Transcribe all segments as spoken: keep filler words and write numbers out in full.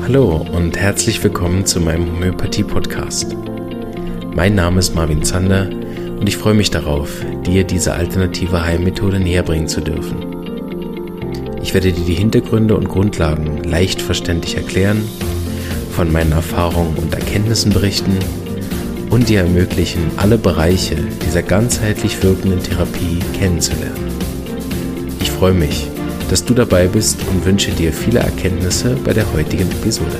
Hallo und herzlich willkommen zu meinem Homöopathie-Podcast. Mein Name ist Marvin Zander und ich freue mich darauf, dir diese alternative Heilmethode näher bringen zu dürfen. Ich werde dir die Hintergründe und Grundlagen leicht verständlich erklären, von meinen Erfahrungen und Erkenntnissen berichten und dir ermöglichen, alle Bereiche dieser ganzheitlich wirkenden Therapie kennenzulernen. Ich freue mich, dass du dabei bist und wünsche dir viele Erkenntnisse bei der heutigen Episode.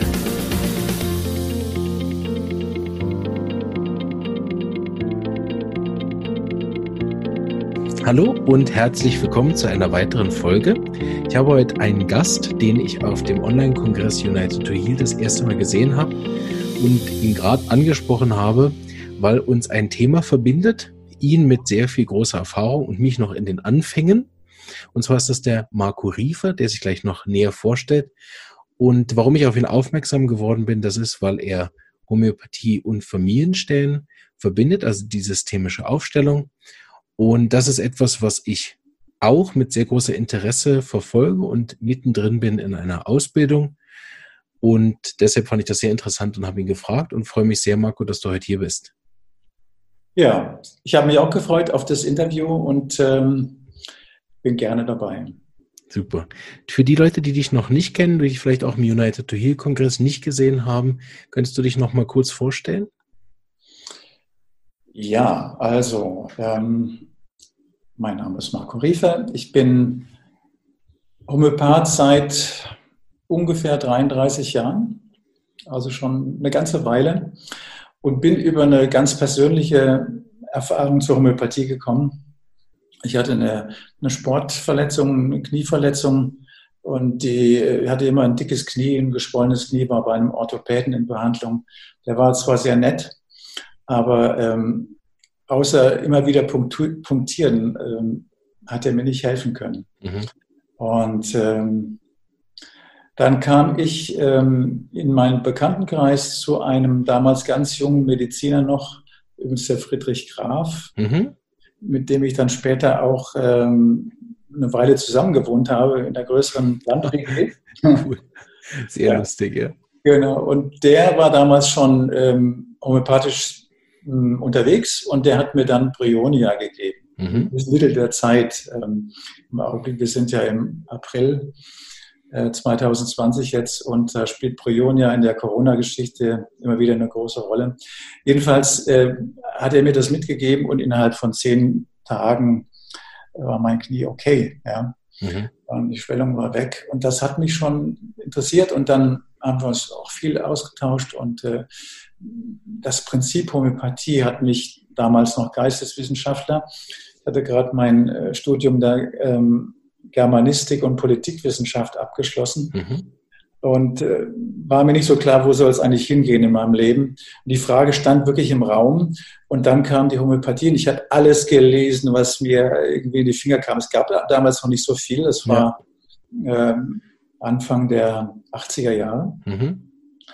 Hallo und herzlich willkommen zu einer weiteren Folge. Ich habe heute einen Gast, den ich auf dem Online-Kongress United to Heal das erste Mal gesehen habe und ihn gerade angesprochen habe, weil uns ein Thema verbindet, ihn mit sehr viel großer Erfahrung und mich noch in den Anfängen. Und zwar ist das der Marco Riefer, der sich gleich noch näher vorstellt. Und warum ich auf ihn aufmerksam geworden bin, das ist, weil er Homöopathie und Familienstellen verbindet, also die systemische Aufstellung. Und das ist etwas, was ich auch mit sehr großem Interesse verfolge und mittendrin bin in einer Ausbildung. Und deshalb fand ich das sehr interessant und habe ihn gefragt und freue mich sehr, Marco, dass du heute hier bist. Ja, ich habe mich auch gefreut auf das Interview und ähm bin gerne dabei. Super. Für die Leute, die dich noch nicht kennen, die dich vielleicht auch im United to Heal Kongress nicht gesehen haben, könntest du dich noch mal kurz vorstellen? Ja, also ähm, mein Name ist Marco Riefer. Ich bin Homöopath seit ungefähr dreiunddreißig Jahren, also schon eine ganze Weile, und bin über eine ganz persönliche Erfahrung zur Homöopathie gekommen. Ich hatte eine, eine Sportverletzung, eine Knieverletzung und die hatte immer ein dickes Knie, ein geschwollenes Knie, war bei einem Orthopäden in Behandlung. Der war zwar sehr nett, aber ähm, außer immer wieder punktu- punktieren ähm, hat er mir nicht helfen können. Mhm. Und ähm, dann kam ich ähm, in meinen Bekanntenkreis zu einem damals ganz jungen Mediziner noch, übrigens der Friedrich Graf, mhm. mit dem ich dann später auch ähm, eine Weile zusammen gewohnt habe in der größeren Landregie. Cool. Sehr ja. lustig, ja. Genau, und der war damals schon ähm, homöopathisch ähm, unterwegs und der hat mir dann Bryonia gegeben. Mhm. Das Mittel der Zeit. Ähm, im Augenblick, wir sind ja im April äh, zwanzig zwanzig jetzt und da spielt Bryonia in der Corona-Geschichte immer wieder eine große Rolle. Jedenfalls äh, hat er mir das mitgegeben und innerhalb von zehn Tagen war mein Knie okay. Ja. Mhm. Und die Schwellung war weg und das hat mich schon interessiert und dann haben wir uns auch viel ausgetauscht und äh, das Prinzip Homöopathie hat mich damals noch Geisteswissenschaftler, ich hatte gerade mein äh, Studium der ähm, Germanistik und Politikwissenschaft abgeschlossen. Mhm. Und äh, war mir nicht so klar, wo soll es eigentlich hingehen in meinem Leben. Und die Frage stand wirklich im Raum. Und dann kam die Homöopathie und ich hatte alles gelesen, was mir irgendwie in die Finger kam. Es gab damals noch nicht so viel. Das war ja. äh, Anfang der achtziger Jahre. Mhm.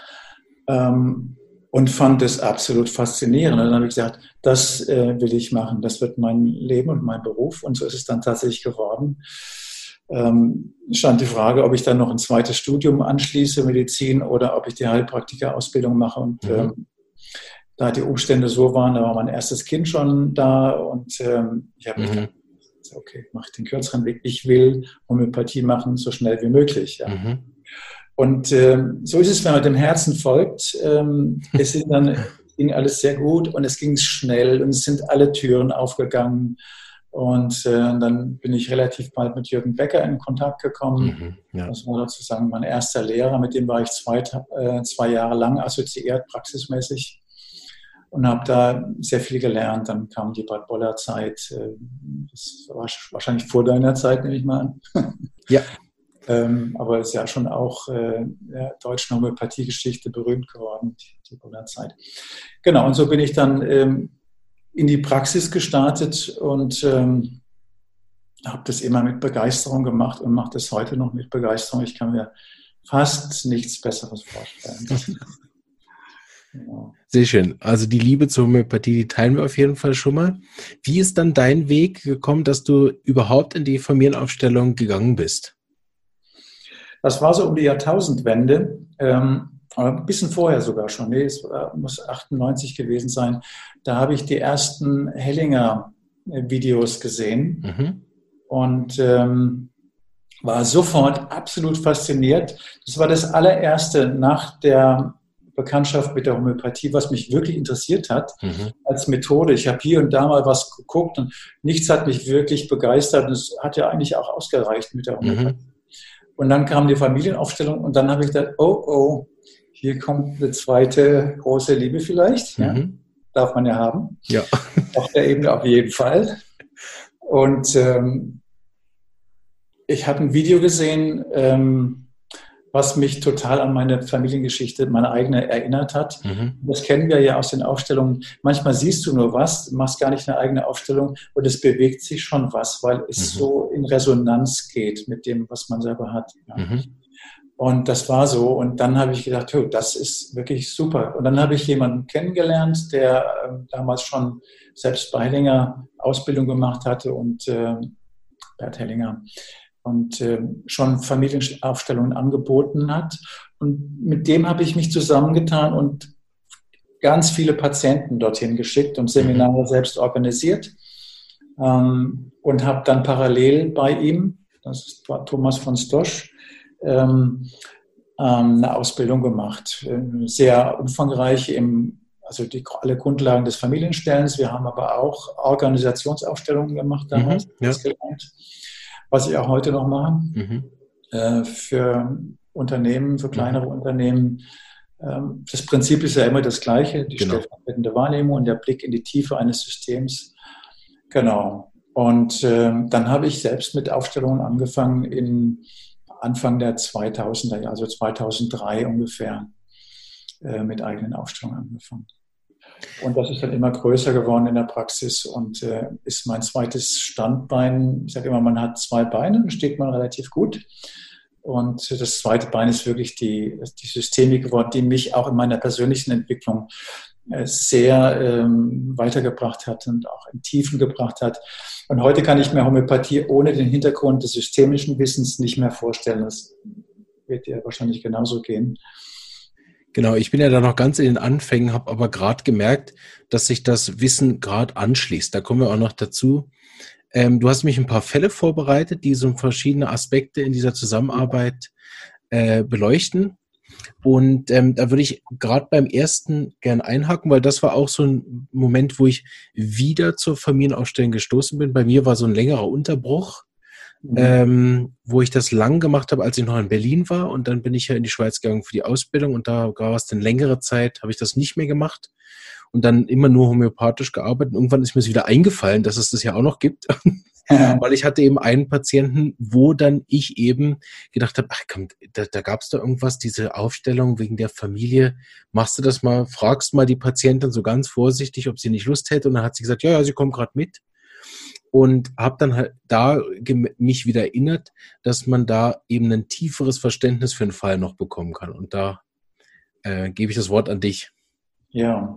Ähm, und fand es absolut faszinierend. Und dann habe ich gesagt, das äh, will ich machen. Das wird mein Leben und mein Beruf. Und so ist es dann tatsächlich geworden. Ähm, stand die Frage, ob ich dann noch ein zweites Studium anschließe, Medizin, oder ob ich die Heilpraktika-Ausbildung mache. Und mhm. ähm, da die Umstände so waren, da war mein erstes Kind schon da und ähm, ich habe mhm. gedacht, okay, mache ich den kürzeren Weg. Ich will Homöopathie machen, so schnell wie möglich. Ja. Mhm. Und ähm, so ist es, wenn man dem Herzen folgt. Ähm, es sind dann, ging alles sehr gut und es ging schnell und es sind alle Türen aufgegangen. Und äh, dann bin ich relativ bald mit Jürgen Becker in Kontakt gekommen. Mhm, ja. Das war sozusagen mein erster Lehrer, mit dem war ich zwei, äh, zwei Jahre lang assoziiert, praxismäßig. Und habe da sehr viel gelernt. Dann kam die Bad Boller-Zeit. Äh, das war wahrscheinlich vor deiner Zeit, nehme ich mal an. Ja. ähm, aber es ist ja schon auch äh, der deutschen Homöopathie-Geschichte berühmt geworden, die, die Boller-Zeit. Genau, und so bin ich dann ähm, in die Praxis gestartet und ähm, habe das immer mit Begeisterung gemacht und mache das heute noch mit Begeisterung. Ich kann mir fast nichts Besseres vorstellen. Ja. Sehr schön. Also die Liebe zur Homöopathie, die teilen wir auf jeden Fall schon mal. Wie ist dann dein Weg gekommen, dass du überhaupt in die Familienaufstellung gegangen bist? Das war so um die Jahrtausendwende, ähm, ein bisschen vorher sogar schon, nee, es muss achtundneunzig gewesen sein. Da habe ich die ersten Hellinger-Videos gesehen mhm. und ähm, war sofort absolut fasziniert. Das war das allererste nach der Bekanntschaft mit der Homöopathie, was mich wirklich interessiert hat mhm. als Methode. Ich habe hier und da mal was geguckt und nichts hat mich wirklich begeistert. Es hat ja eigentlich auch ausgereicht mit der Homöopathie. Mhm. Und dann kam die Familienaufstellung und dann habe ich gedacht, oh, oh, hier kommt eine zweite große Liebe vielleicht. Mhm. Ja, darf man ja haben. Ja. Auf der Ebene auf jeden Fall. Und ähm, ich habe ein Video gesehen, ähm, was mich total an meine Familiengeschichte, meine eigene erinnert hat. Mhm. Das kennen wir ja aus den Aufstellungen. Manchmal siehst du nur was, machst gar nicht eine eigene Aufstellung und es bewegt sich schon was, weil es mhm. so in Resonanz geht mit dem, was man selber hat. Ja. Mhm. Und das war so. Und dann habe ich gedacht, oh, das ist wirklich super. Und dann habe ich jemanden kennengelernt, der äh, damals schon selbst bei Hellinger Ausbildung gemacht hatte und äh, Bert Hellinger. und äh, schon Familienaufstellungen angeboten hat. Und mit dem habe ich mich zusammengetan und ganz viele Patienten dorthin geschickt und Seminare mhm. selbst organisiert ähm, und habe dann parallel bei ihm, das ist Thomas von Stosch, ähm, ähm, eine Ausbildung gemacht. Sehr umfangreich im Also die, alle Grundlagen des Familienstellens. Wir haben aber auch Organisationsaufstellungen gemacht damals, mhm, ja. das gelernt, was ich auch heute noch mache, mhm. äh, für Unternehmen, für kleinere mhm. Unternehmen. Ähm, das Prinzip ist ja immer das Gleiche, die genau. stellvertretende Wahrnehmung und der Blick in die Tiefe eines Systems. Genau. Und äh, dann habe ich selbst mit Aufstellungen angefangen in Anfang der zweitausender Jahre, also zweitausenddrei ungefähr. Mit eigenen Aufstellungen angefangen. Und das ist dann immer größer geworden in der Praxis und äh, ist mein zweites Standbein. Ich sage immer, man hat zwei Beine, dann steht man relativ gut. Und das zweite Bein ist wirklich die, die Systemik geworden, die mich auch in meiner persönlichen Entwicklung äh, sehr ähm, weitergebracht hat und auch in Tiefen gebracht hat. Und heute kann ich mir Homöopathie ohne den Hintergrund des systemischen Wissens nicht mehr vorstellen. Das wird dir wahrscheinlich genauso gehen. Genau, ich bin ja da noch ganz in den Anfängen, habe aber gerade gemerkt, dass sich das Wissen gerade anschließt. Da kommen wir auch noch dazu. Ähm, du hast mich ein paar Fälle vorbereitet, die so verschiedene Aspekte in dieser Zusammenarbeit äh, beleuchten. Und ähm, da würde ich gerade beim ersten gern einhaken, weil das war auch so ein Moment, wo ich wieder zur Familienaufstellung gestoßen bin. Bei mir war so ein längerer Unterbruch. Mhm. Ähm, wo ich das lang gemacht habe, als ich noch in Berlin war, und dann bin ich ja in die Schweiz gegangen für die Ausbildung und da war es dann längere Zeit, habe ich das nicht mehr gemacht und dann immer nur homöopathisch gearbeitet. Und irgendwann ist mir es wieder eingefallen, dass es das ja auch noch gibt, ja. weil ich hatte eben einen Patienten, wo dann ich eben gedacht habe, ach komm, da, da gab es da irgendwas, diese Aufstellung wegen der Familie, machst du das mal, fragst mal die Patientin so ganz vorsichtig, ob sie nicht Lust hätte, und dann hat sie gesagt, ja, ja, sie kommt gerade mit. Und habe dann halt da mich wieder erinnert, dass man da eben ein tieferes Verständnis für einen Fall noch bekommen kann. Und da äh, gebe ich das Wort an dich. Ja,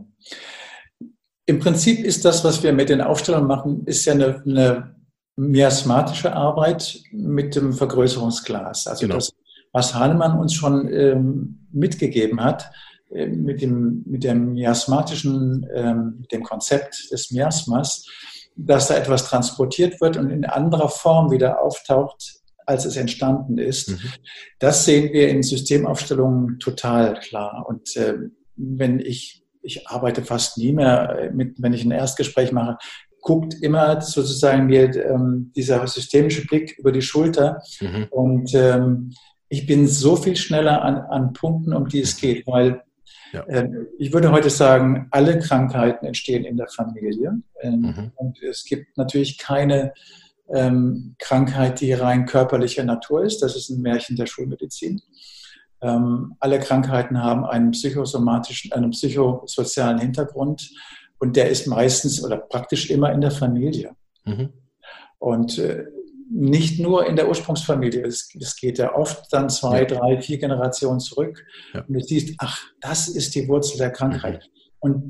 im Prinzip ist das, was wir mit den Aufstellungen machen, ist ja eine, eine miasmatische Arbeit mit dem Vergrößerungsglas. Also genau. das, was Hahnemann uns schon ähm, mitgegeben hat, äh, mit dem, mit dem miasmatischen, ähm, dem Konzept des Miasmas, dass da etwas transportiert wird und in anderer Form wieder auftaucht, als es entstanden ist. Mhm. Das sehen wir in Systemaufstellungen total klar. Und äh, wenn ich, ich arbeite fast nie mehr mit, wenn ich ein Erstgespräch mache, guckt immer sozusagen mir ähm, dieser systemische Blick über die Schulter. Mhm. Und ähm, ich bin so viel schneller an, an Punkten, um die es geht, weil Ja. Ich würde heute sagen, alle Krankheiten entstehen in der Familie. Mhm. Und es gibt natürlich keine ähm, Krankheit, die rein körperlicher Natur ist. Das ist ein Märchen der Schulmedizin. Ähm, alle Krankheiten haben einen psychosomatischen, einen psychosozialen Hintergrund. Und der ist meistens oder praktisch immer in der Familie. Mhm. Und äh, nicht nur in der Ursprungsfamilie, es, es geht ja oft dann zwei, ja. drei, vier Generationen zurück ja. und du siehst, ach, das ist die Wurzel der Krankheit. Mhm. Und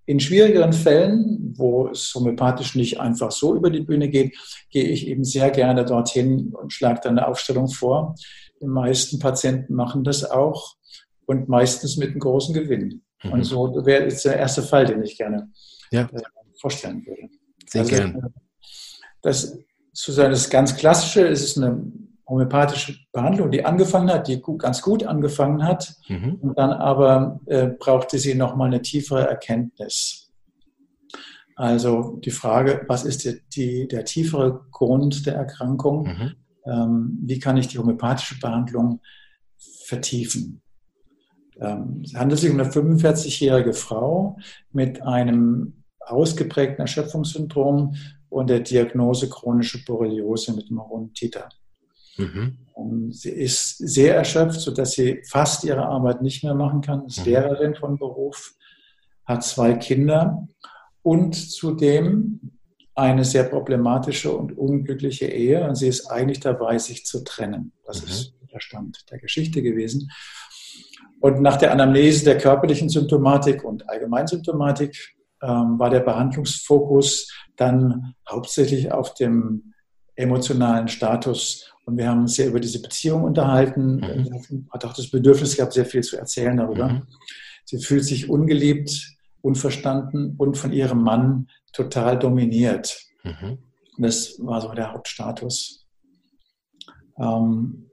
in schwierigeren Fällen, wo es homöopathisch nicht einfach so über die Bühne geht, gehe ich eben sehr gerne dorthin und schlage dann eine Aufstellung vor. Die meisten Patienten machen das auch und meistens mit einem großen Gewinn. Mhm. Und so wäre jetzt der erste Fall, den ich gerne ja. äh, vorstellen würde. Sehr also, gern. Das, sozusagen das ganz Klassische, es ist eine homöopathische Behandlung, die angefangen hat, die gut, ganz gut angefangen hat. Mhm. Und dann aber äh, brauchte sie nochmal eine tiefere Erkenntnis. Also die Frage, was ist die, die, der tiefere Grund der Erkrankung? Mhm. Ähm, wie kann ich die homöopathische Behandlung vertiefen? Ähm, es handelt sich um eine fünfundvierzigjährige Frau mit einem ausgeprägten Erschöpfungssyndrom und der Diagnose chronische Borreliose mit einem hohen Titer. Mhm. Sie ist sehr erschöpft, sodass sie fast ihre Arbeit nicht mehr machen kann. Ist mhm. Lehrerin von Beruf, hat zwei Kinder und zudem eine sehr problematische und unglückliche Ehe. Und sie ist eigentlich dabei, sich zu trennen. Das mhm. ist der Stand der Geschichte gewesen. Und nach der Anamnese der körperlichen Symptomatik und Allgemeinsymptomatik ähm, war der Behandlungsfokus dann hauptsächlich auf dem emotionalen Status. Und wir haben uns sehr über diese Beziehung unterhalten. Mhm. Hat auch das Bedürfnis gehabt, sehr viel zu erzählen darüber. Mhm. Sie fühlt sich ungeliebt, unverstanden und von ihrem Mann total dominiert. Mhm. Das war so der Hauptstatus. Ähm,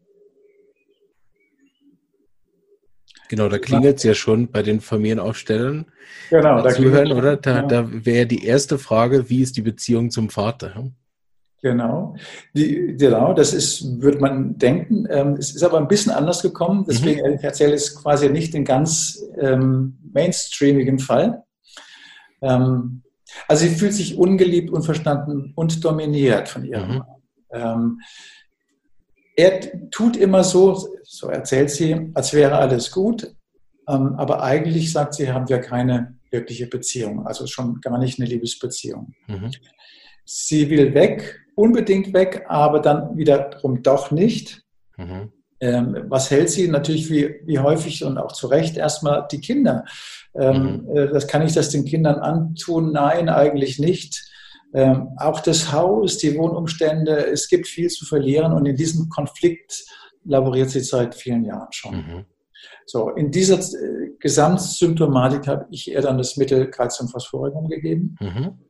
Genau, da klingelt es ja schon bei den Familienaufstellern. Genau, da zuhören, oder? Da, ja. da wäre die erste Frage, wie ist die Beziehung zum Vater? Genau, die, genau, das ist, würde man denken. Ähm, es ist aber ein bisschen anders gekommen, deswegen mhm. erzähle ich es quasi nicht den ganz ähm, mainstreamigen Fall. Ähm, also sie fühlt sich ungeliebt, unverstanden und dominiert von ihrem Mann. Mhm. Ähm, er tut immer so, so erzählt sie, als wäre alles gut, ähm, aber eigentlich, sagt sie, haben wir keine wirkliche Beziehung, also schon gar nicht eine Liebesbeziehung. Mhm. Sie will weg, unbedingt weg, aber dann wiederum doch nicht. Mhm. Ähm, was hält sie? Natürlich wie, wie häufig und auch zu Recht erstmal die Kinder. Ähm, mhm. äh, das kann ich das den Kindern antun? Nein, eigentlich nicht. Ähm, auch das Haus, die Wohnumstände, es gibt viel zu verlieren und in diesem Konflikt laboriert sie seit vielen Jahren schon. Mhm. So, in dieser äh, Gesamtsymptomatik habe ich ihr dann das Mittel Calciumphosphoricum gegeben. Mhm.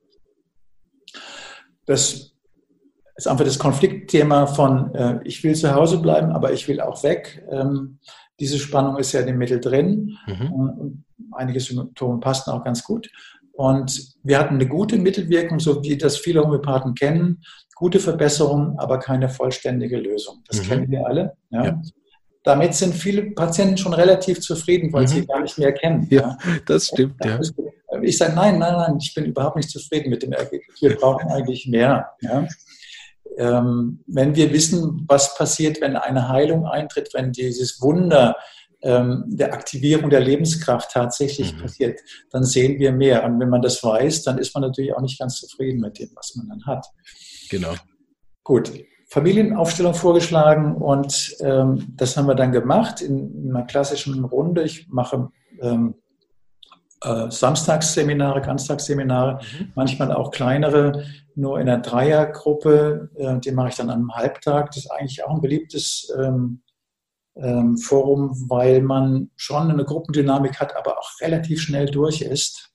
Das ist einfach das Konfliktthema von, äh, ich will zu Hause bleiben, aber ich will auch weg. Ähm, diese Spannung ist ja in dem Mittel drin. Mhm. Und einige Symptome passen auch ganz gut. Und wir hatten eine gute Mittelwirkung, so wie das viele Homöopathen kennen. Gute Verbesserung, aber keine vollständige Lösung. Das mhm. kennen wir alle. Ja. Ja. Damit sind viele Patienten schon relativ zufrieden, weil mhm. sie gar nicht mehr kennen. Ja, ja. Das stimmt. Ja. Ich sage, nein, nein, nein, ich bin überhaupt nicht zufrieden mit dem Ergebnis. Wir brauchen eigentlich mehr. Ja. Ähm, wenn wir wissen, was passiert, wenn eine Heilung eintritt, wenn dieses Wunder ähm, der Aktivierung der Lebenskraft tatsächlich mhm. passiert, dann sehen wir mehr. Und wenn man das weiß, dann ist man natürlich auch nicht ganz zufrieden mit dem, was man dann hat. Genau. Gut. Familienaufstellung vorgeschlagen und ähm, das haben wir dann gemacht in, in einer klassischen Runde. Ich mache ähm, äh, Samstagsseminare, Ganztagsseminare, mhm. manchmal auch kleinere, nur in einer Dreiergruppe. Äh, die mache ich dann an einem Halbtag. Das ist eigentlich auch ein beliebtes ähm, ähm, Forum, weil man schon eine Gruppendynamik hat, aber auch relativ schnell durch ist.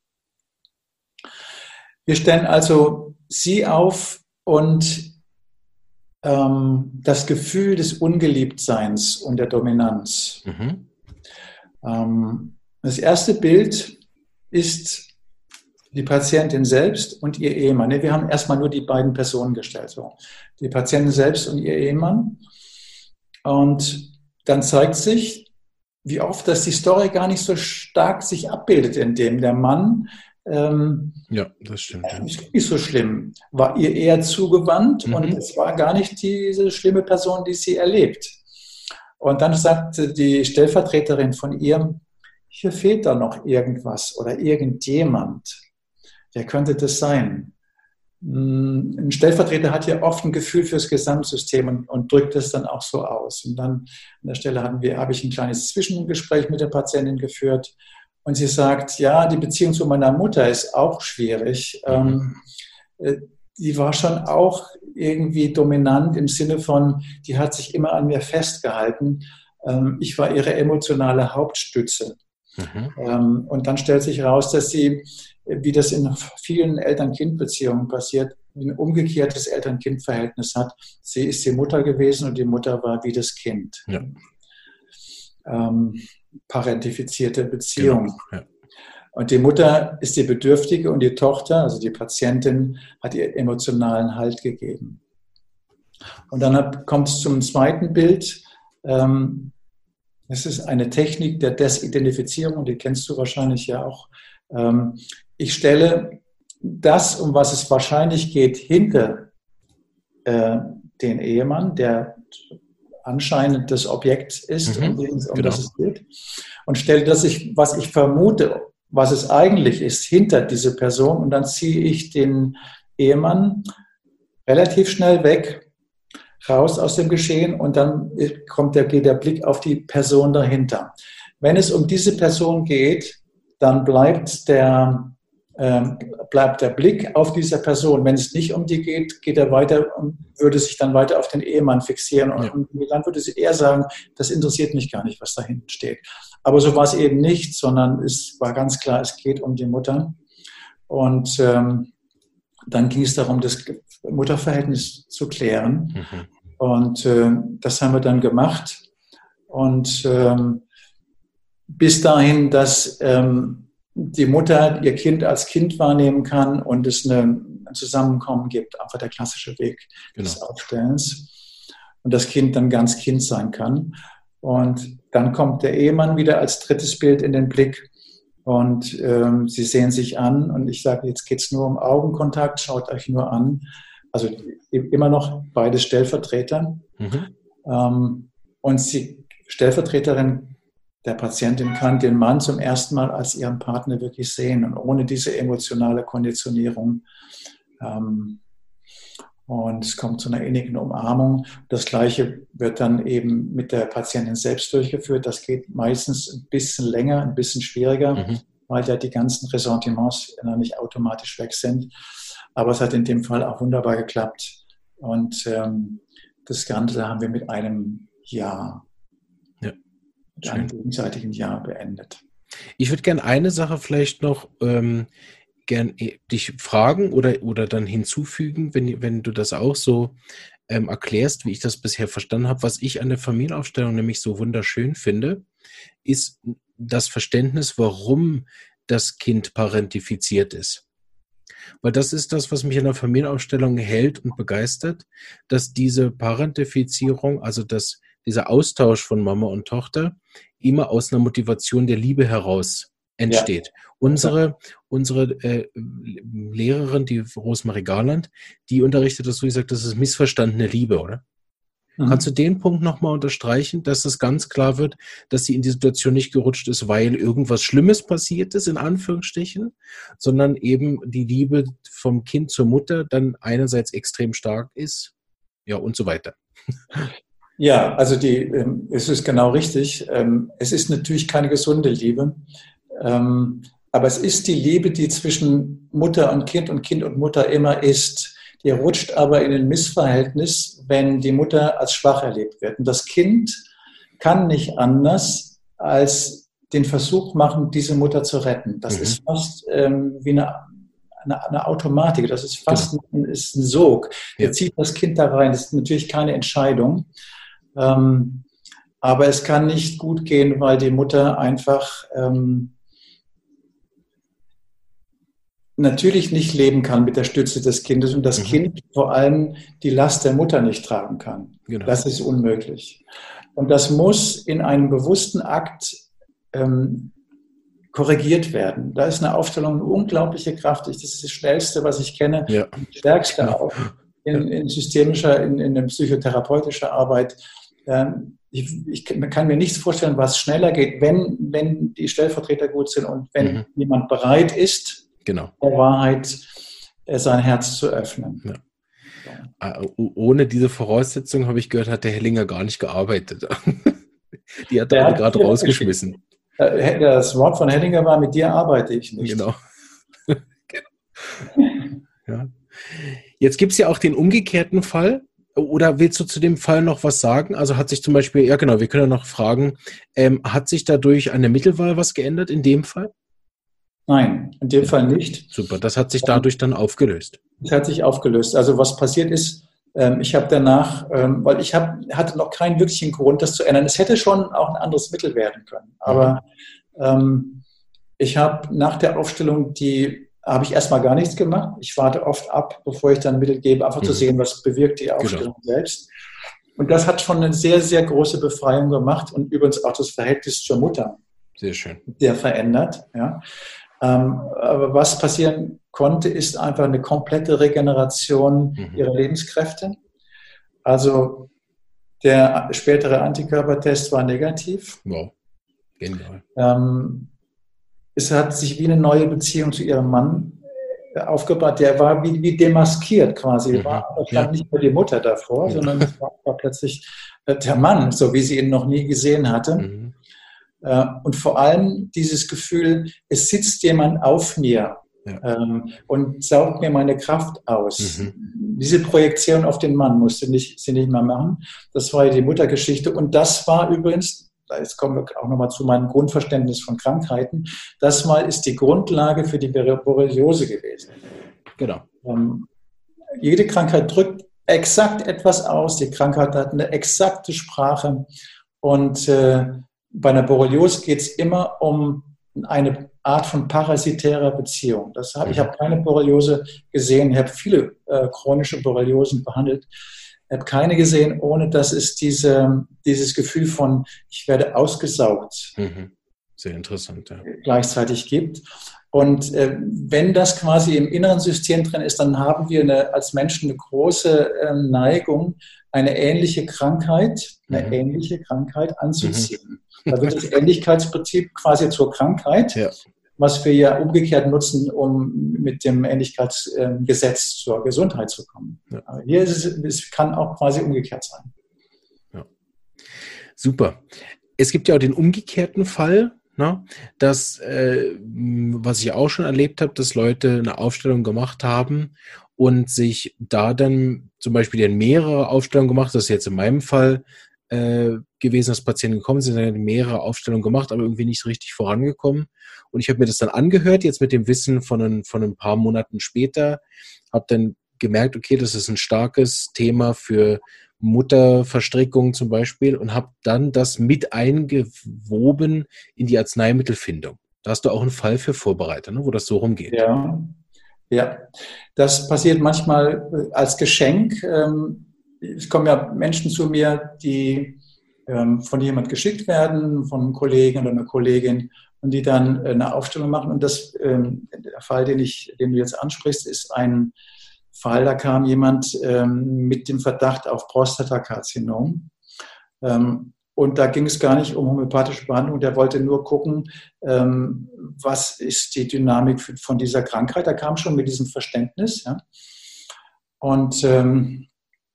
Wir stellen also Sie auf und das Gefühl des Ungeliebtseins und der Dominanz. Mhm. Das erste Bild ist die Patientin selbst und ihr Ehemann. Wir haben erstmal nur die beiden Personen gestellt. So. Die Patientin selbst und ihr Ehemann. Und dann zeigt sich, wie oft, dass die Story gar nicht so stark sich abbildet, indem der Mann Ähm, ja, das stimmt. Ja. Ist nicht so schlimm. War ihr eher zugewandt mhm. und es war gar nicht diese schlimme Person, die sie erlebt. Und dann sagte die Stellvertreterin von ihr, hier fehlt da noch irgendwas oder irgendjemand. Wer könnte das sein? Ein Stellvertreter hat ja oft ein Gefühl fürs Gesamtsystem und, und drückt das dann auch so aus. Und dann an der Stelle hatten wir, habe ich ein kleines Zwischengespräch mit der Patientin geführt. Und sie sagt, ja, die Beziehung zu meiner Mutter ist auch schwierig. Mhm. Ähm, die war schon auch irgendwie dominant im Sinne von, die hat sich immer an mir festgehalten. Ähm, ich war ihre emotionale Hauptstütze. Mhm. Ähm, und dann stellt sich heraus, dass sie, wie das in vielen Eltern-Kind-Beziehungen passiert, ein umgekehrtes Eltern-Kind-Verhältnis hat. Sie ist die Mutter gewesen und die Mutter war wie das Kind. Ja. Ähm, parentifizierte Beziehung. Genau. Ja. Und die Mutter ist die Bedürftige und die Tochter, also die Patientin, hat ihr emotionalen Halt gegeben. Und dann kommt es zum zweiten Bild. Ähm, es ist eine Technik der Desidentifizierung, und die kennst du wahrscheinlich ja auch. Ähm, ich stelle das, um was es wahrscheinlich geht, hinter äh, den Ehemann, der anscheinend das Objekt ist, mhm, um, den, um genau. das es geht, und stelle das, ich, was ich vermute, was es eigentlich ist, hinter diese Person, und dann ziehe ich den Ehemann relativ schnell weg, raus aus dem Geschehen, und dann kommt der, geht der Blick auf die Person dahinter. Wenn es um diese Person geht, dann bleibt der Ähm, bleibt der Blick auf diese Person. Wenn es nicht um die geht, geht er weiter und würde sich dann weiter auf den Ehemann fixieren. Und, ja. und dann würde sie eher sagen, das interessiert mich gar nicht, was da hinten steht. Aber so war es eben nicht, sondern es war ganz klar, es geht um die Mutter. Und ähm, dann ging es darum, das Mutterverhältnis zu klären. Mhm. Und äh, das haben wir dann gemacht. Und ähm, bis dahin, dass ähm, die Mutter ihr Kind als Kind wahrnehmen kann und es eine, ein Zusammenkommen gibt, einfach der klassische Weg genau. des Aufstellens. Und das Kind dann ganz Kind sein kann. Und dann kommt der Ehemann wieder als drittes Bild in den Blick. Und ähm, sie sehen sich an. Und ich sage, jetzt geht es nur um Augenkontakt, schaut euch nur an. Also immer noch beide Stellvertreter. Mhm. Ähm, und die Stellvertreterin der Patientin kann den Mann zum ersten Mal als ihren Partner wirklich sehen und ohne diese emotionale Konditionierung. Ähm, und es kommt zu einer innigen Umarmung. Das Gleiche wird dann eben mit der Patientin selbst durchgeführt. Das geht meistens ein bisschen länger, ein bisschen schwieriger, mhm. weil ja die ganzen Ressentiments nicht automatisch weg sind. Aber es hat in dem Fall auch wunderbar geklappt. Und ähm, das Ganze haben wir mit einem Ja mit einem gegenseitigen Ja beendet. Ich würde gerne eine Sache vielleicht noch ähm, gern dich fragen oder, oder dann hinzufügen, wenn, wenn du das auch so ähm, erklärst, wie ich das bisher verstanden habe. Was ich an der Familienaufstellung nämlich so wunderschön finde, ist das Verständnis, warum das Kind parentifiziert ist. Weil das ist das, was mich an der Familienaufstellung hält und begeistert, dass diese Parentifizierung, also das dieser Austausch von Mama und Tochter immer aus einer Motivation der Liebe heraus entsteht. Ja. Unsere, unsere äh, Lehrerin, die Rosemarie Garland, die unterrichtet das so, die sagt, das ist missverstandene Liebe, oder? Mhm. Kannst du den Punkt nochmal unterstreichen, dass es ganz klar wird, dass sie in die Situation nicht gerutscht ist, weil irgendwas Schlimmes passiert ist, in Anführungsstrichen, sondern eben die Liebe vom Kind zur Mutter dann einerseits extrem stark ist, ja, und so weiter. Ja, also die, ähm, es ist genau richtig. Ähm, es ist natürlich keine gesunde Liebe, ähm, aber es ist die Liebe, die zwischen Mutter und Kind und Kind und Mutter immer ist. Die rutscht aber in ein Missverhältnis, wenn die Mutter als schwach erlebt wird. Und das Kind kann nicht anders, als den Versuch machen, diese Mutter zu retten. Das mhm. ist fast ähm, wie eine Eine, eine Automatik, das ist fast genau. ein, ist ein Sog. Der ja. zieht das Kind da rein. Das ist natürlich keine Entscheidung. Ähm, aber es kann nicht gut gehen, weil die Mutter einfach ähm, natürlich nicht leben kann mit der Stütze des Kindes und das mhm. Kind vor allem die Last der Mutter nicht tragen kann. Genau. Das ist unmöglich. Und das muss in einem bewussten Akt ähm, korrigiert werden. Da ist eine Aufstellung eine unglaubliche Kraft. Das ist das Schnellste, was ich kenne. Ja. Die stärkste ja. auch in, in systemischer, in, in psychotherapeutischer Arbeit. Ich, ich kann mir nichts vorstellen, was schneller geht, wenn, wenn die Stellvertreter gut sind und wenn mhm. jemand bereit ist, genau. der Wahrheit sein Herz zu öffnen. Ja. So. Ohne diese Voraussetzung, habe ich gehört, hat der Hellinger gar nicht gearbeitet. Die hat er gerade rausgeschmissen. Das Wort von Hellinger war, mit dir arbeite ich nicht. Genau. Ja. Jetzt gibt es ja auch den umgekehrten Fall. Oder willst du zu dem Fall noch was sagen? Also hat sich zum Beispiel, ja genau, wir können ja noch fragen, ähm, hat sich dadurch an der Mittelwahl was geändert in dem Fall? Nein, in dem ja. Fall nicht. Super, das hat sich dadurch dann aufgelöst. Das hat sich aufgelöst. Also was passiert ist, ähm, ich habe danach, ähm, weil ich hab, hatte noch keinen wirklichen Grund, das zu ändern. Es hätte schon auch ein anderes Mittel werden können. Aber mhm. ähm, ich habe nach der Aufstellung die habe ich erstmal gar nichts gemacht. Ich warte oft ab, bevor ich dann Mittel gebe, einfach mhm. zu sehen, was bewirkt die Aufstellung genau. selbst. Und das hat schon eine sehr, sehr große Befreiung gemacht und übrigens auch das Verhältnis zur Mutter. Sehr schön. Sehr verändert. Ja. Ähm, aber was passieren konnte, ist einfach eine komplette Regeneration mhm. ihrer Lebenskräfte. Also der spätere Antikörpertest war negativ. Wow, genial. Ähm, Es hat sich wie eine neue Beziehung zu ihrem Mann aufgebaut. Der war wie, wie demaskiert quasi. Mhm. War, stand ja. nicht nur die Mutter davor, ja. sondern es war, war plötzlich der Mann, so wie sie ihn noch nie gesehen hatte. Mhm. Und vor allem dieses Gefühl, es sitzt jemand auf mir ja. ähm, und saugt mir meine Kraft aus. Mhm. Diese Projektion auf den Mann musste nicht, sie nicht mehr machen. Das war die Muttergeschichte. Und das war übrigens, jetzt kommen wir auch nochmal zu meinem Grundverständnis von Krankheiten. Das mal ist die Grundlage für die Borreliose gewesen. Genau. Ähm, jede Krankheit drückt exakt etwas aus. Die Krankheit hat eine exakte Sprache. Und äh, bei einer Borreliose geht es immer um eine Art von parasitärer Beziehung. Das hab, mhm. Ich habe keine Borreliose gesehen. Ich habe viele äh, chronische Borreliosen behandelt. Ich habe keine gesehen, ohne dass es diese, dieses Gefühl von, ich werde ausgesaugt, mhm. Sehr interessant, ja. gleichzeitig gibt. Und äh, wenn das quasi im inneren System drin ist, dann haben wir eine, als Menschen eine große äh, Neigung, eine ähnliche Krankheit, eine mhm. ähnliche Krankheit anzuziehen. Mhm. Da wird das Ähnlichkeitsprinzip quasi zur Krankheit. Ja. Was wir ja umgekehrt nutzen, um mit dem Ähnlichkeitsgesetz zur Gesundheit zu kommen. Ja. Aber hier ist es, es kann auch quasi umgekehrt sein. Ja. Super. Es gibt ja auch den umgekehrten Fall, ne, dass, äh, was ich auch schon erlebt habe, dass Leute eine Aufstellung gemacht haben und sich da dann zum Beispiel dann mehrere Aufstellungen gemacht, das ist jetzt in meinem Fall äh, gewesen, dass Patienten gekommen sind, sind mehrere Aufstellungen gemacht, aber irgendwie nicht so richtig vorangekommen. Und ich habe mir das dann angehört, jetzt mit dem Wissen von ein, von ein paar Monaten später, habe dann gemerkt, okay, das ist ein starkes Thema für Mutterverstrickung zum Beispiel und habe dann das mit eingewoben in die Arzneimittelfindung. Da hast du auch einen Fall für Vorbereiter, ne, wo das so rumgeht. Ja, ja. Das passiert manchmal als Geschenk. Es kommen ja Menschen zu mir, die von jemand geschickt werden, von einem Kollegen oder einer Kollegin, und die dann eine Aufstellung machen. Und das, ähm, der Fall, den, ich, den du jetzt ansprichst, ist ein Fall, da kam jemand ähm, mit dem Verdacht auf Prostatakarzinom. Ähm, und da ging es gar nicht um homöopathische Behandlung. Der wollte nur gucken, ähm, was ist die Dynamik von dieser Krankheit. Er kam schon mit diesem Verständnis. Ja? Und ähm,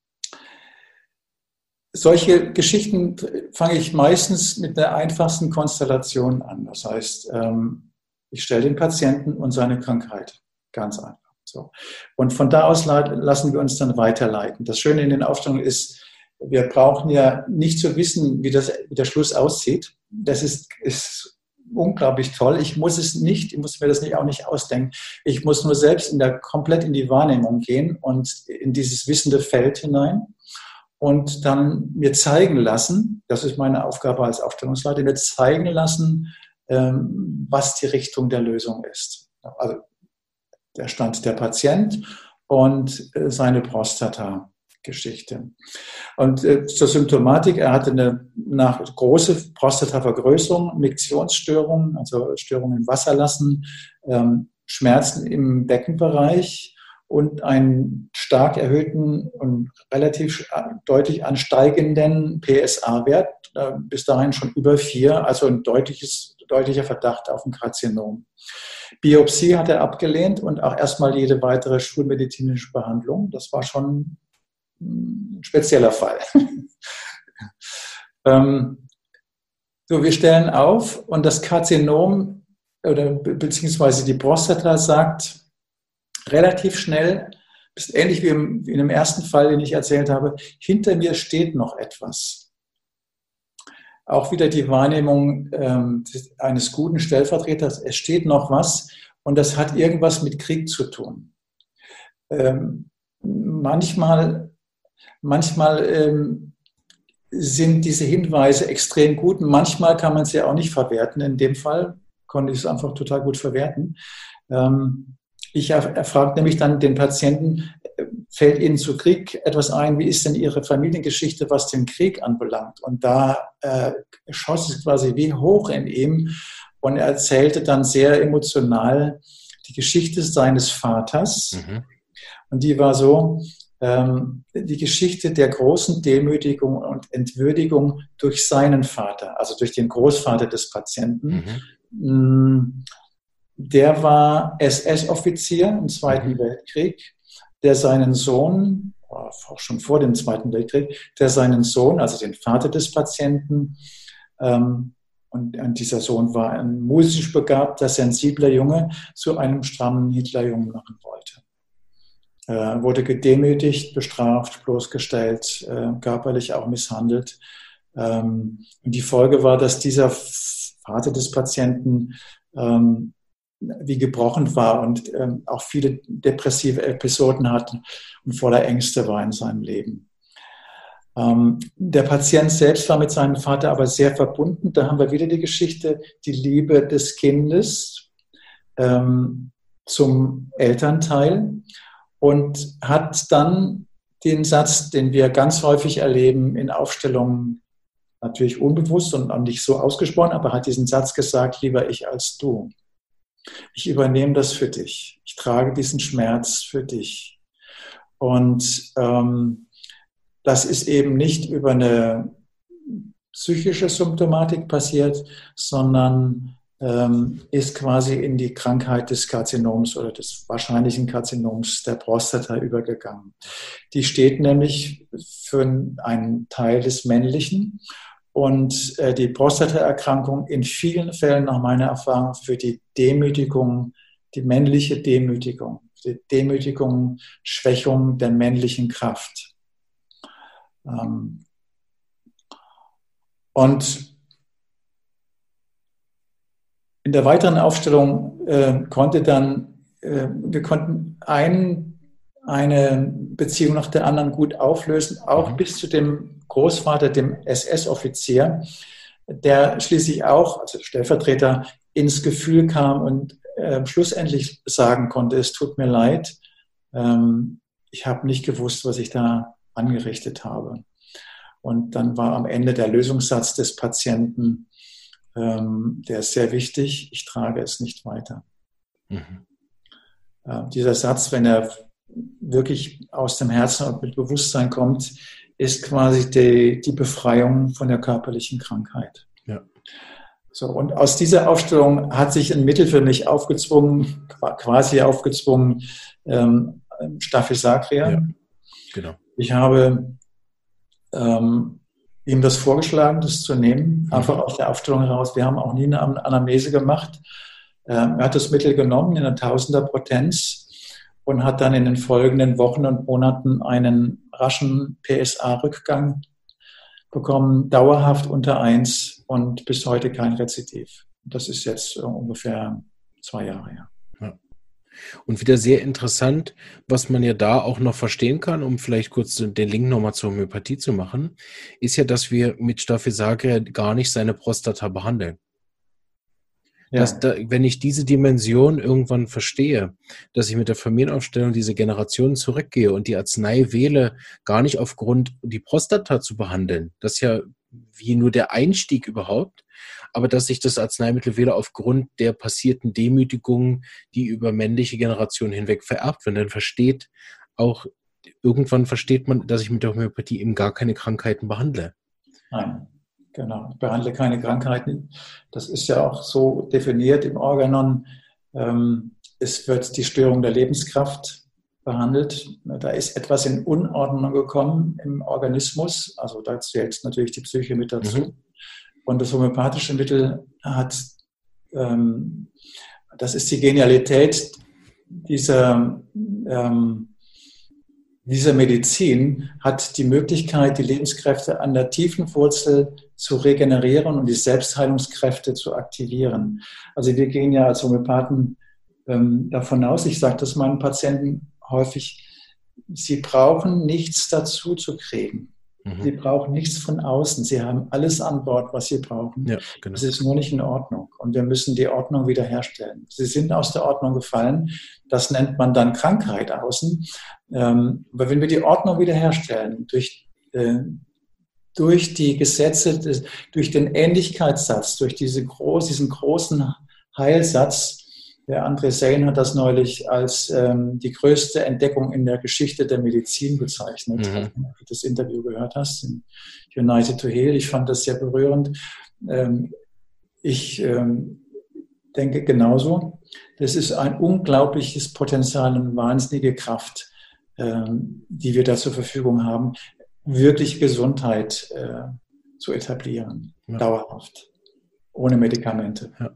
solche Geschichten fange ich meistens mit der einfachsten Konstellation an. Das heißt, ich stelle den Patienten und seine Krankheit. Ganz einfach. So. Und von da aus lassen wir uns dann weiterleiten. Das Schöne in den Aufstellungen ist, wir brauchen ja nicht zu wissen, wie, das, wie der Schluss aussieht. Das ist, ist unglaublich toll. Ich muss es nicht, ich muss mir das nicht, auch nicht ausdenken. Ich muss nur selbst in der, komplett in die Wahrnehmung gehen und in dieses wissende Feld hinein. Und dann mir zeigen lassen, das ist meine Aufgabe als Aufstellungsleiter, mir zeigen lassen, ähm, was die Richtung der Lösung ist. Also der Stand der Patient und äh, seine Prostata-Geschichte. Und äh, zur Symptomatik, er hatte eine nach, große Prostatavergrößerung, Miktionsstörungen, also Störungen im Wasserlassen, ähm, Schmerzen im Beckenbereich, und einen stark erhöhten und relativ deutlich ansteigenden P S A-Wert, bis dahin schon über vier, also ein deutliches, deutlicher Verdacht auf ein Karzinom. Biopsie hat er abgelehnt und auch erstmal jede weitere schulmedizinische Behandlung. Das war schon ein spezieller Fall. ähm, So, wir stellen auf und das Karzinom oder beziehungsweise die Prostata sagt relativ schnell, ist ähnlich wie, im, wie in dem ersten Fall, den ich erzählt habe, hinter mir steht noch etwas. Auch wieder die Wahrnehmung ähm, eines guten Stellvertreters, es steht noch was und das hat irgendwas mit Krieg zu tun. Ähm, manchmal manchmal ähm, sind diese Hinweise extrem gut. Manchmal kann man sie auch nicht verwerten. In dem Fall konnte ich es einfach total gut verwerten. Ähm, ich erfrage nämlich dann den Patienten, fällt Ihnen zu Krieg etwas ein? Wie ist denn Ihre Familiengeschichte, was den Krieg anbelangt? Und da äh, schoss es quasi wie hoch in ihm und er erzählte dann sehr emotional die Geschichte seines Vaters. Mhm. Und die war so, ähm, die Geschichte der großen Demütigung und Entwürdigung durch seinen Vater, also durch den Großvater des Patienten. Mhm. Der war S S-Offizier im Zweiten mhm. Weltkrieg, der seinen Sohn, auch schon vor dem Zweiten Weltkrieg, der seinen Sohn, also den Vater des Patienten, ähm, und, und dieser Sohn war ein musisch begabter, sensibler Junge, zu einem strammen Hitlerjungen machen wollte. Er wurde gedemütigt, bestraft, bloßgestellt, äh, körperlich auch misshandelt. Ähm, und die Folge war, dass dieser Vater des Patienten ähm, wie gebrochen war und ähm, auch viele depressive Episoden hatte und voller Ängste war in seinem Leben. Ähm, der Patient selbst war mit seinem Vater aber sehr verbunden. Da haben wir wieder die Geschichte, die Liebe des Kindes ähm, zum Elternteil und hat dann den Satz, den wir ganz häufig erleben in Aufstellungen, natürlich unbewusst und auch nicht so ausgesprochen, aber hat diesen Satz gesagt, lieber ich als du. Ich übernehme das für dich. Ich trage diesen Schmerz für dich. Und ähm, das ist eben nicht über eine psychische Symptomatik passiert, sondern ähm, ist quasi in die Krankheit des Karzinoms oder des wahrscheinlichen Karzinoms der Prostata übergegangen. Die steht nämlich für einen Teil des Männlichen. Und äh, die Prostataerkrankung in vielen Fällen, nach meiner Erfahrung, für die Demütigung, die männliche Demütigung, die Demütigung, Schwächung der männlichen Kraft. Ähm und in der weiteren Aufstellung äh, konnte dann, äh, wir konnten ein, eine Beziehung nach der anderen gut auflösen, auch mhm. bis zu dem Großvater, dem S S-Offizier, der schließlich auch, also Stellvertreter, ins Gefühl kam und äh, schlussendlich sagen konnte, es tut mir leid, ähm, ich habe nicht gewusst, was ich da angerichtet habe. Und dann war am Ende der Lösungssatz des Patienten, ähm, der ist sehr wichtig, ich trage es nicht weiter. Mhm. Äh, dieser Satz, wenn er wirklich aus dem Herzen und mit Bewusstsein kommt, ist quasi die, die Befreiung von der körperlichen Krankheit. Ja. So, und aus dieser Aufstellung hat sich ein Mittel für mich aufgezwungen, quasi aufgezwungen, ähm, Staphysagria. Ja, genau. Ich habe ähm, ihm das vorgeschlagen, das zu nehmen, mhm. einfach aus der Aufstellung heraus. Wir haben auch nie eine Anamnese gemacht. Ähm, er hat das Mittel genommen in einer Tausender Potenz und hat dann in den folgenden Wochen und Monaten einen raschen P S A-Rückgang bekommen, dauerhaft unter eins und bis heute kein Rezidiv. Das ist jetzt ungefähr zwei Jahre her. Ja. Und wieder sehr interessant, was man ja da auch noch verstehen kann, um vielleicht kurz den Link nochmal zur Homöopathie zu machen, ist ja, dass wir mit Staphysagria gar nicht seine Prostata behandeln. Ja. Dass da, wenn ich diese Dimension irgendwann verstehe, dass ich mit der Familienaufstellung diese Generationen zurückgehe und die Arznei wähle, gar nicht aufgrund die Prostata zu behandeln, das ist ja wie nur der Einstieg überhaupt, aber dass ich das Arzneimittel wähle aufgrund der passierten Demütigungen, die über männliche Generationen hinweg vererbt werden, dann versteht auch, irgendwann versteht man, dass ich mit der Homöopathie eben gar keine Krankheiten behandle. Nein. Genau, ich behandle keine Krankheiten. Das ist ja auch so definiert im Organon. Es wird die Störung der Lebenskraft behandelt. Da ist etwas in Unordnung gekommen im Organismus. Also da zählt natürlich die Psyche mit dazu. Mhm. Und das homöopathische Mittel hat, ähm, das ist die Genialität dieser, ähm, dieser Medizin, hat die Möglichkeit, die Lebenskräfte an der tiefen Wurzel zu regenerieren und die Selbstheilungskräfte zu aktivieren. Also wir gehen ja als Homöopathen ähm, davon aus, ich sage das meinen Patienten häufig, sie brauchen nichts dazu zu kriegen. Mhm. Sie brauchen nichts von außen. Sie haben alles an Bord, was sie brauchen. Ja, genau. Es ist nur nicht in Ordnung. Und wir müssen die Ordnung wiederherstellen. Sie sind aus der Ordnung gefallen. Das nennt man dann Krankheit außen. Ähm, aber wenn wir die Ordnung wiederherstellen, durch, äh, durch die Gesetze, des, durch den Ähnlichkeitssatz, durch diese groß, diesen großen Heilsatz, der André Seyn hat das neulich als ähm, die größte Entdeckung in der Geschichte der Medizin bezeichnet. Mhm. Wenn du das Interview gehört hast, in United to Heal. Ich fand das sehr berührend. Ähm, ich ähm, denke genauso. Das ist ein unglaubliches Potenzial, eine wahnsinnige Kraft, ähm, die wir da zur Verfügung haben, wirklich Gesundheit äh, zu etablieren, ja. Dauerhaft, ohne Medikamente. Ja.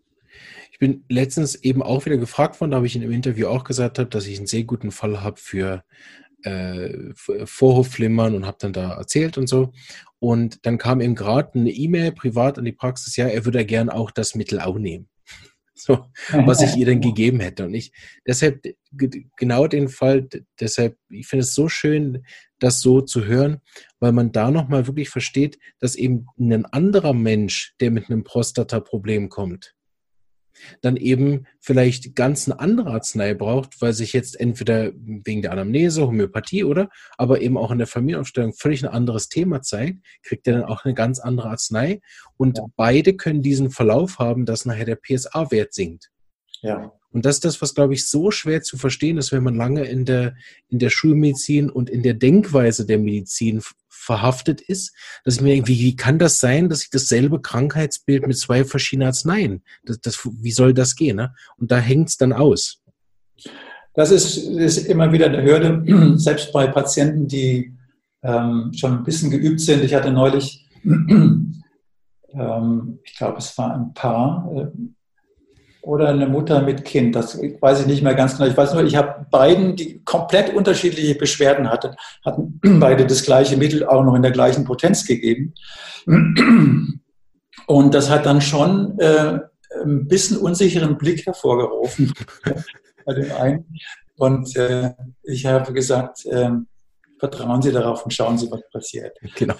Ich bin letztens eben auch wieder gefragt worden, da habe ich in einem Interview auch gesagt, habe, dass ich einen sehr guten Fall habe für äh, Vorhofflimmern und habe dann da erzählt und so. Und dann kam eben gerade eine E-Mail privat an die Praxis, ja, er würde ja gern auch das Mittel auch nehmen. So, was ich ihr dann gegeben hätte. Und ich, deshalb, genau den Fall, deshalb, ich finde es so schön, das so zu hören, weil man da nochmal wirklich versteht, dass eben ein anderer Mensch, der mit einem Prostata-Problem kommt, dann eben vielleicht ganz eine andere Arznei braucht, weil sich jetzt entweder wegen der Anamnese, Homöopathie oder, aber eben auch in der Familienaufstellung völlig ein anderes Thema zeigt, kriegt er dann auch eine ganz andere Arznei und ja. beide können diesen Verlauf haben, dass nachher der P S A-Wert sinkt. Ja. Und das ist das, was, glaube ich, so schwer zu verstehen ist, wenn man lange in der, in der Schulmedizin und in der Denkweise der Medizin verhaftet ist, dass ich mir irgendwie, wie kann das sein, dass ich dasselbe Krankheitsbild mit zwei verschiedenen Arzneien, das, das, wie soll das gehen? Ne? Und da hängt es dann aus. Das ist, ist immer wieder eine Hürde, selbst bei Patienten, die ähm, schon ein bisschen geübt sind. Ich hatte neulich, ähm, ich glaube, es war ein Paar, äh, oder eine Mutter mit Kind, das weiß ich nicht mehr ganz genau. Ich weiß nur, ich habe beiden, die komplett unterschiedliche Beschwerden hatten, hatten beide das gleiche Mittel auch noch in der gleichen Potenz gegeben. Und das hat dann schon äh, ein bisschen unsicheren Blick hervorgerufen bei dem einen. Und äh, ich habe gesagt, äh, vertrauen Sie darauf und schauen Sie, was passiert. Genau.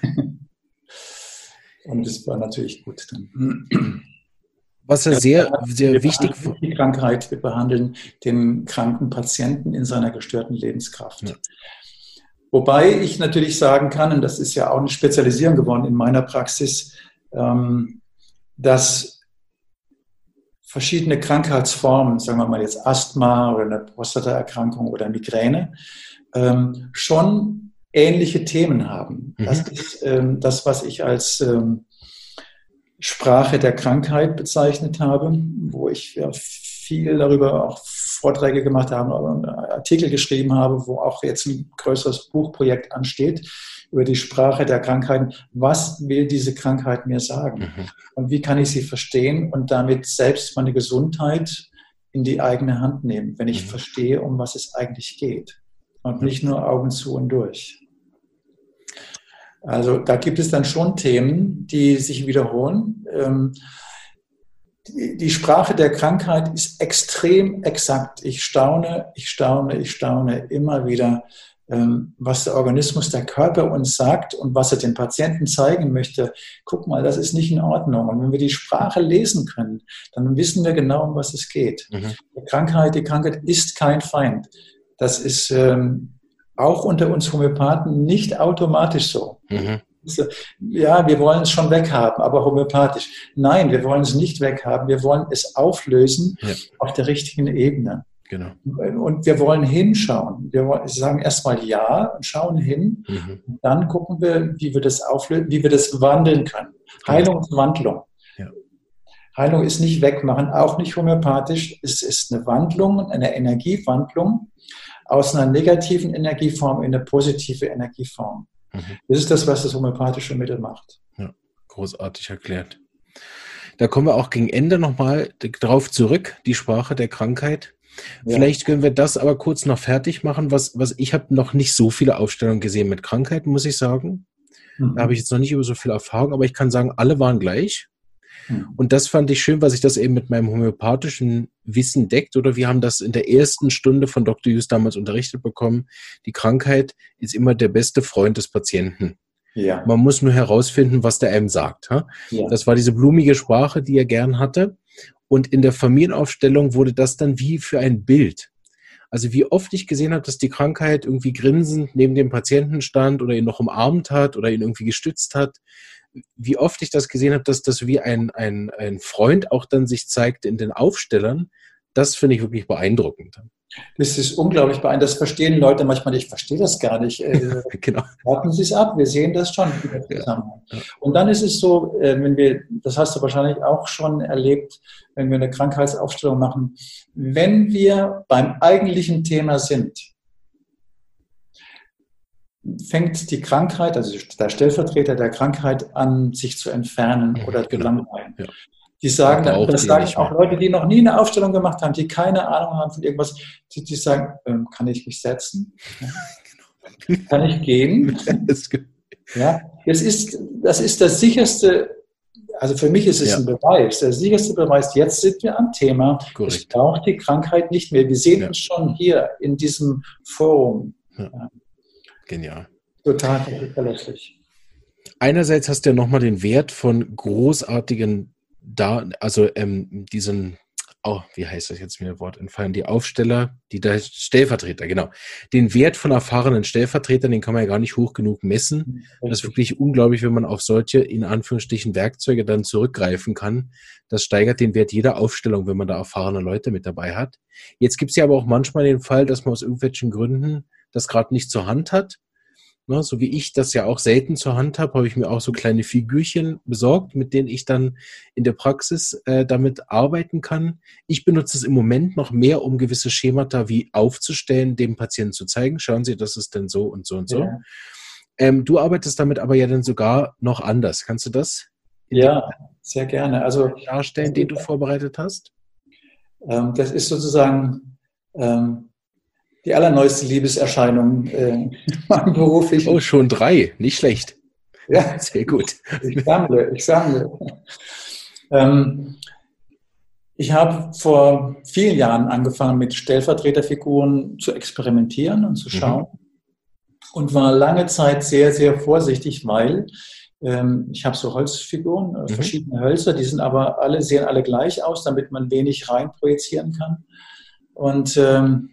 Und das war natürlich gut dann. Was ja sehr, sehr wir wichtig ist. Die Krankheit, wir behandeln den kranken Patienten in seiner gestörten Lebenskraft. Ja. Wobei ich natürlich sagen kann, und das ist ja auch eine Spezialisierung geworden in meiner Praxis, ähm, dass verschiedene Krankheitsformen, sagen wir mal jetzt Asthma oder eine Prostataerkrankung oder Migräne, ähm, schon ähnliche Themen haben. Mhm. Das ist ähm, das, was ich als ähm, Sprache der Krankheit bezeichnet habe, wo ich ja viel darüber auch Vorträge gemacht habe, Artikel geschrieben habe, wo auch jetzt ein größeres Buchprojekt ansteht über die Sprache der Krankheiten. Was will diese Krankheit mir sagen? Mhm. Und wie kann ich sie verstehen und damit selbst meine Gesundheit in die eigene Hand nehmen, wenn ich mhm. verstehe, um was es eigentlich geht und nicht nur Augen zu und durch. Also da gibt es dann schon Themen, die sich wiederholen. Ähm, die, die Sprache der Krankheit ist extrem exakt. Ich staune, ich staune, ich staune immer wieder, ähm, was der Organismus, der Körper uns sagt und was er dem Patienten zeigen möchte. Guck mal, das ist nicht in Ordnung. Und wenn wir die Sprache lesen können, dann wissen wir genau, um was es geht. Mhm. Die Krankheit, die Krankheit ist kein Feind. Das ist ähm, auch unter uns Homöopathen nicht automatisch so. Mhm. Ja, wir wollen es schon weghaben, aber homöopathisch. Nein, wir wollen es nicht weghaben. Wir wollen es auflösen ja. auf der richtigen Ebene. Genau. Und wir wollen hinschauen. Wir wollen, sagen erstmal ja und schauen hin. Mhm. Und dann gucken wir, wie wir das auflösen, wie wir das wandeln können. Heilung und Wandlung. Ja. Heilung ist nicht wegmachen, auch nicht homöopathisch. Es ist eine Wandlung, eine Energiewandlung aus einer negativen Energieform in eine positive Energieform. Mhm. Das ist das, was das homöopathische Mittel macht. Ja, großartig erklärt. Da kommen wir auch gegen Ende nochmal drauf zurück, die Sprache der Krankheit. Ja. Vielleicht können wir das aber kurz noch fertig machen. Was, was ich habe noch nicht so viele Aufstellungen gesehen mit Krankheiten, muss ich sagen. Mhm. Da habe ich jetzt noch nicht über so viel Erfahrung, aber ich kann sagen, alle waren gleich. Mhm. Und das fand ich schön, weil sich das eben mit meinem homöopathischen Wissen deckt. Oder wir haben das in der ersten Stunde von Doktor Hughes damals unterrichtet bekommen. Die Krankheit ist immer der beste Freund des Patienten. Ja. Man muss nur herausfinden, was der einem sagt. Ja. Das war diese blumige Sprache, die er gern hatte. Und in der Familienaufstellung wurde das dann wie für ein Bild. Also wie oft ich gesehen habe, dass die Krankheit irgendwie grinsend neben dem Patienten stand oder ihn noch umarmt hat oder ihn irgendwie gestützt hat. Wie oft ich das gesehen habe, dass das wie ein, ein, ein Freund auch dann sich zeigte in den Aufstellern. Das finde ich wirklich beeindruckend. Das ist unglaublich beeindruckend. Das verstehen Leute manchmal nicht. Ich verstehe das gar nicht. Genau. Warten Sie es ab. Wir sehen das schon. Ja. Und dann ist es so, wenn wir, das hast du wahrscheinlich auch schon erlebt, wenn wir eine Krankheitsaufstellung machen, wenn wir beim eigentlichen Thema sind, fängt die Krankheit, also der Stellvertreter der Krankheit an, sich zu entfernen oder zu langweilen. Ja. Die sagen, dann, das sagen auch Leute, die noch nie eine Aufstellung gemacht haben, die keine Ahnung haben von irgendwas, die, die sagen, ähm, kann ich mich setzen? Kann ich gehen? Ja, das ist, das ist das sicherste, also für mich ist es ja. ein Beweis, der sicherste Beweis, jetzt sind wir am Thema, Korrekt. Es braucht die Krankheit nicht mehr. Wir sehen ja. uns schon hier in diesem Forum. Ja. Ja. Genial. Total verlässlich. Einerseits hast du ja nochmal den Wert von großartigen Da, also ähm, diesen, oh, wie heißt das jetzt mir das Wort entfallen, die Aufsteller, die da Stellvertreter, genau. Den Wert von erfahrenen Stellvertretern, den kann man ja gar nicht hoch genug messen. Richtig. Das ist wirklich unglaublich, wenn man auf solche, in Anführungsstrichen, Werkzeuge dann zurückgreifen kann. Das steigert den Wert jeder Aufstellung, wenn man da erfahrene Leute mit dabei hat. Jetzt gibt es ja aber auch manchmal den Fall, dass man aus irgendwelchen Gründen das gerade nicht zur Hand hat. Ne, so wie ich das ja auch selten zur Hand habe, habe ich mir auch so kleine Figürchen besorgt, mit denen ich dann in der Praxis äh, damit arbeiten kann. Ich benutze es im Moment noch mehr, um gewisse Schemata wie aufzustellen, dem Patienten zu zeigen. Schauen Sie, das ist denn so und so und so. Ja. Ähm, du arbeitest damit aber ja dann sogar noch anders. Kannst du das ja, sehr gerne. Also darstellen, den du vorbereitet hast? Ähm, das ist sozusagen ähm, die allerneueste Liebeserscheinung äh, in meinem Beruf. Ich, oh, schon drei. Nicht schlecht. Ja, sehr gut. Ich sammle, ich sammle. Ähm, ich habe vor vielen Jahren angefangen, mit Stellvertreterfiguren zu experimentieren und zu schauen mhm. und war lange Zeit sehr, sehr vorsichtig, weil ähm, ich habe so Holzfiguren, äh, mhm. verschiedene Hölzer, die sind aber alle, sehen alle gleich aus, damit man wenig rein projizieren kann. Und ähm,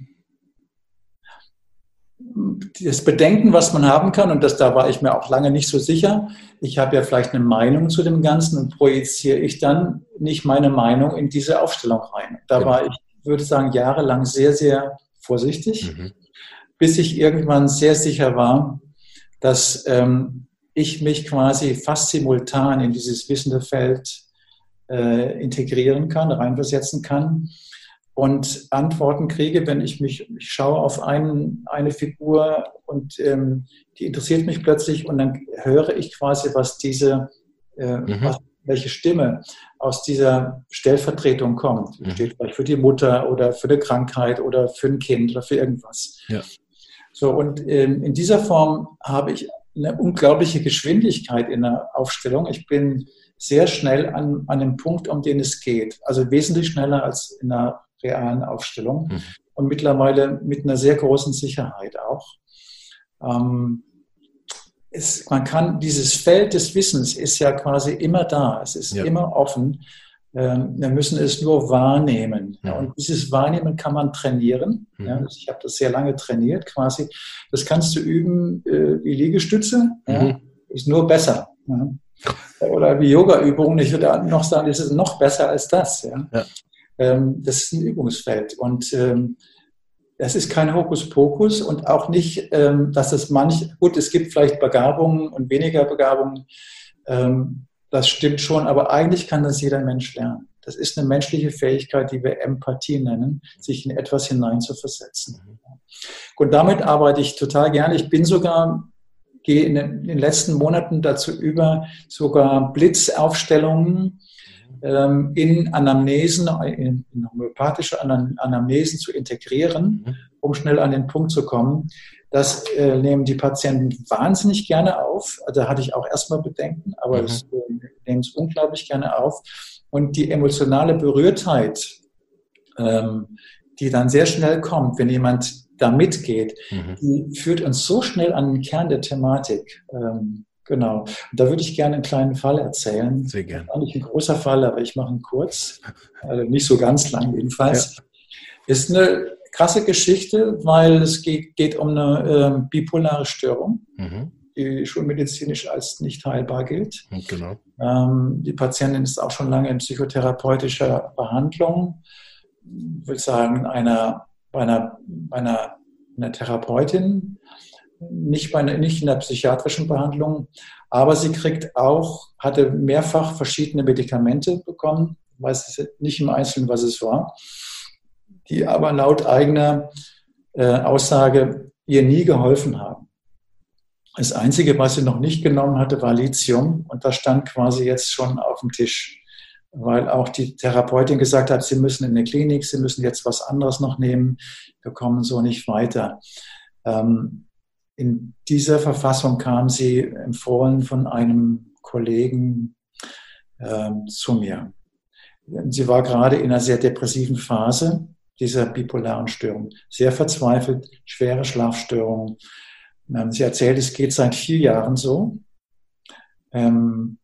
das Bedenken, was man haben kann, und das, da war ich mir auch lange nicht so sicher, ich habe ja vielleicht eine Meinung zu dem Ganzen und projiziere ich dann nicht meine Meinung in diese Aufstellung rein. Da genau. war ich, würde sagen, jahrelang sehr, sehr vorsichtig, mhm. bis ich irgendwann sehr sicher war, dass ähm, ich mich quasi fast simultan in dieses wissende Feld äh, integrieren kann, reinversetzen kann. Und Antworten kriege, wenn ich mich, ich schaue auf einen, eine Figur und ähm, die interessiert mich plötzlich und dann höre ich quasi, was diese, äh, mhm. was, welche Stimme aus dieser Stellvertretung kommt. Mhm. Steht vielleicht für die Mutter oder für eine Krankheit oder für ein Kind oder für irgendwas. Ja. So, und ähm, in dieser Form habe ich eine unglaubliche Geschwindigkeit in der Aufstellung. Ich bin sehr schnell an, an dem Punkt, um den es geht. Also wesentlich schneller als in einer realen Aufstellung mhm. und mittlerweile mit einer sehr großen Sicherheit auch. Ähm, es, man kann, dieses Feld des Wissens ist ja quasi immer da, es ist ja. immer offen. Ähm, wir müssen es nur wahrnehmen. Mhm. Ja, und dieses Wahrnehmen kann man trainieren. Mhm. Ja, ich habe das sehr lange trainiert quasi. Das kannst du üben äh, wie Liegestütze, mhm. ja, ist nur besser. Ja. Oder wie Yoga-Übungen, ich würde noch sagen, es ist noch besser als das. Ja. Ja. Das ist ein Übungsfeld und ähm, das ist kein Hokuspokus und auch nicht, ähm, dass es manch, gut, es gibt vielleicht Begabungen und weniger Begabungen, ähm, das stimmt schon, aber eigentlich kann das jeder Mensch lernen. Das ist eine menschliche Fähigkeit, die wir Empathie nennen, sich in etwas hineinzuversetzen. Und damit arbeite ich total gerne. Ich bin sogar gehe in den letzten Monaten dazu über, sogar Blitzaufstellungen ähm, in Anamnesen, in, in homöopathische Anamnesen zu integrieren, mhm. um schnell an den Punkt zu kommen. Das äh, nehmen die Patienten wahnsinnig gerne auf. Also da hatte ich auch erstmal Bedenken, aber mhm. das äh, nehmen es unglaublich gerne auf. Und die emotionale Berührtheit, ähm, die dann sehr schnell kommt, wenn jemand da mitgeht, mhm. die führt uns so schnell an den Kern der Thematik. Ähm, genau. Und da würde ich gerne einen kleinen Fall erzählen. Sehr gerne. Das ist nicht ein großer Fall, aber ich mache ihn kurz. Also nicht so ganz lang jedenfalls. Ja. Ist eine krasse Geschichte, weil es geht, geht um eine äh, bipolare Störung, mhm. die schulmedizinisch als nicht heilbar gilt. Genau. Ähm, die Patientin ist auch schon lange in psychotherapeutischer Behandlung. Ich würde sagen, einer, bei, einer, bei einer, einer Therapeutin, nicht, bei einer, nicht in der psychiatrischen Behandlung, aber sie kriegt auch, hatte mehrfach verschiedene Medikamente bekommen, ich weiß nicht im Einzelnen, was es war, die aber laut eigener äh, Aussage ihr nie geholfen haben. Das Einzige, was sie noch nicht genommen hatte, war Lithium und das stand quasi jetzt schon auf dem Tisch, weil auch die Therapeutin gesagt hat, sie müssen in eine Klinik, sie müssen jetzt was anderes noch nehmen, wir kommen so nicht weiter. Ähm, in dieser Verfassung kam sie empfohlen von einem Kollegen äh, zu mir. Sie war gerade in einer sehr depressiven Phase dieser bipolaren Störung, sehr verzweifelt, schwere Schlafstörungen. Ähm, sie erzählt, es geht seit vier Jahren so. Ähm,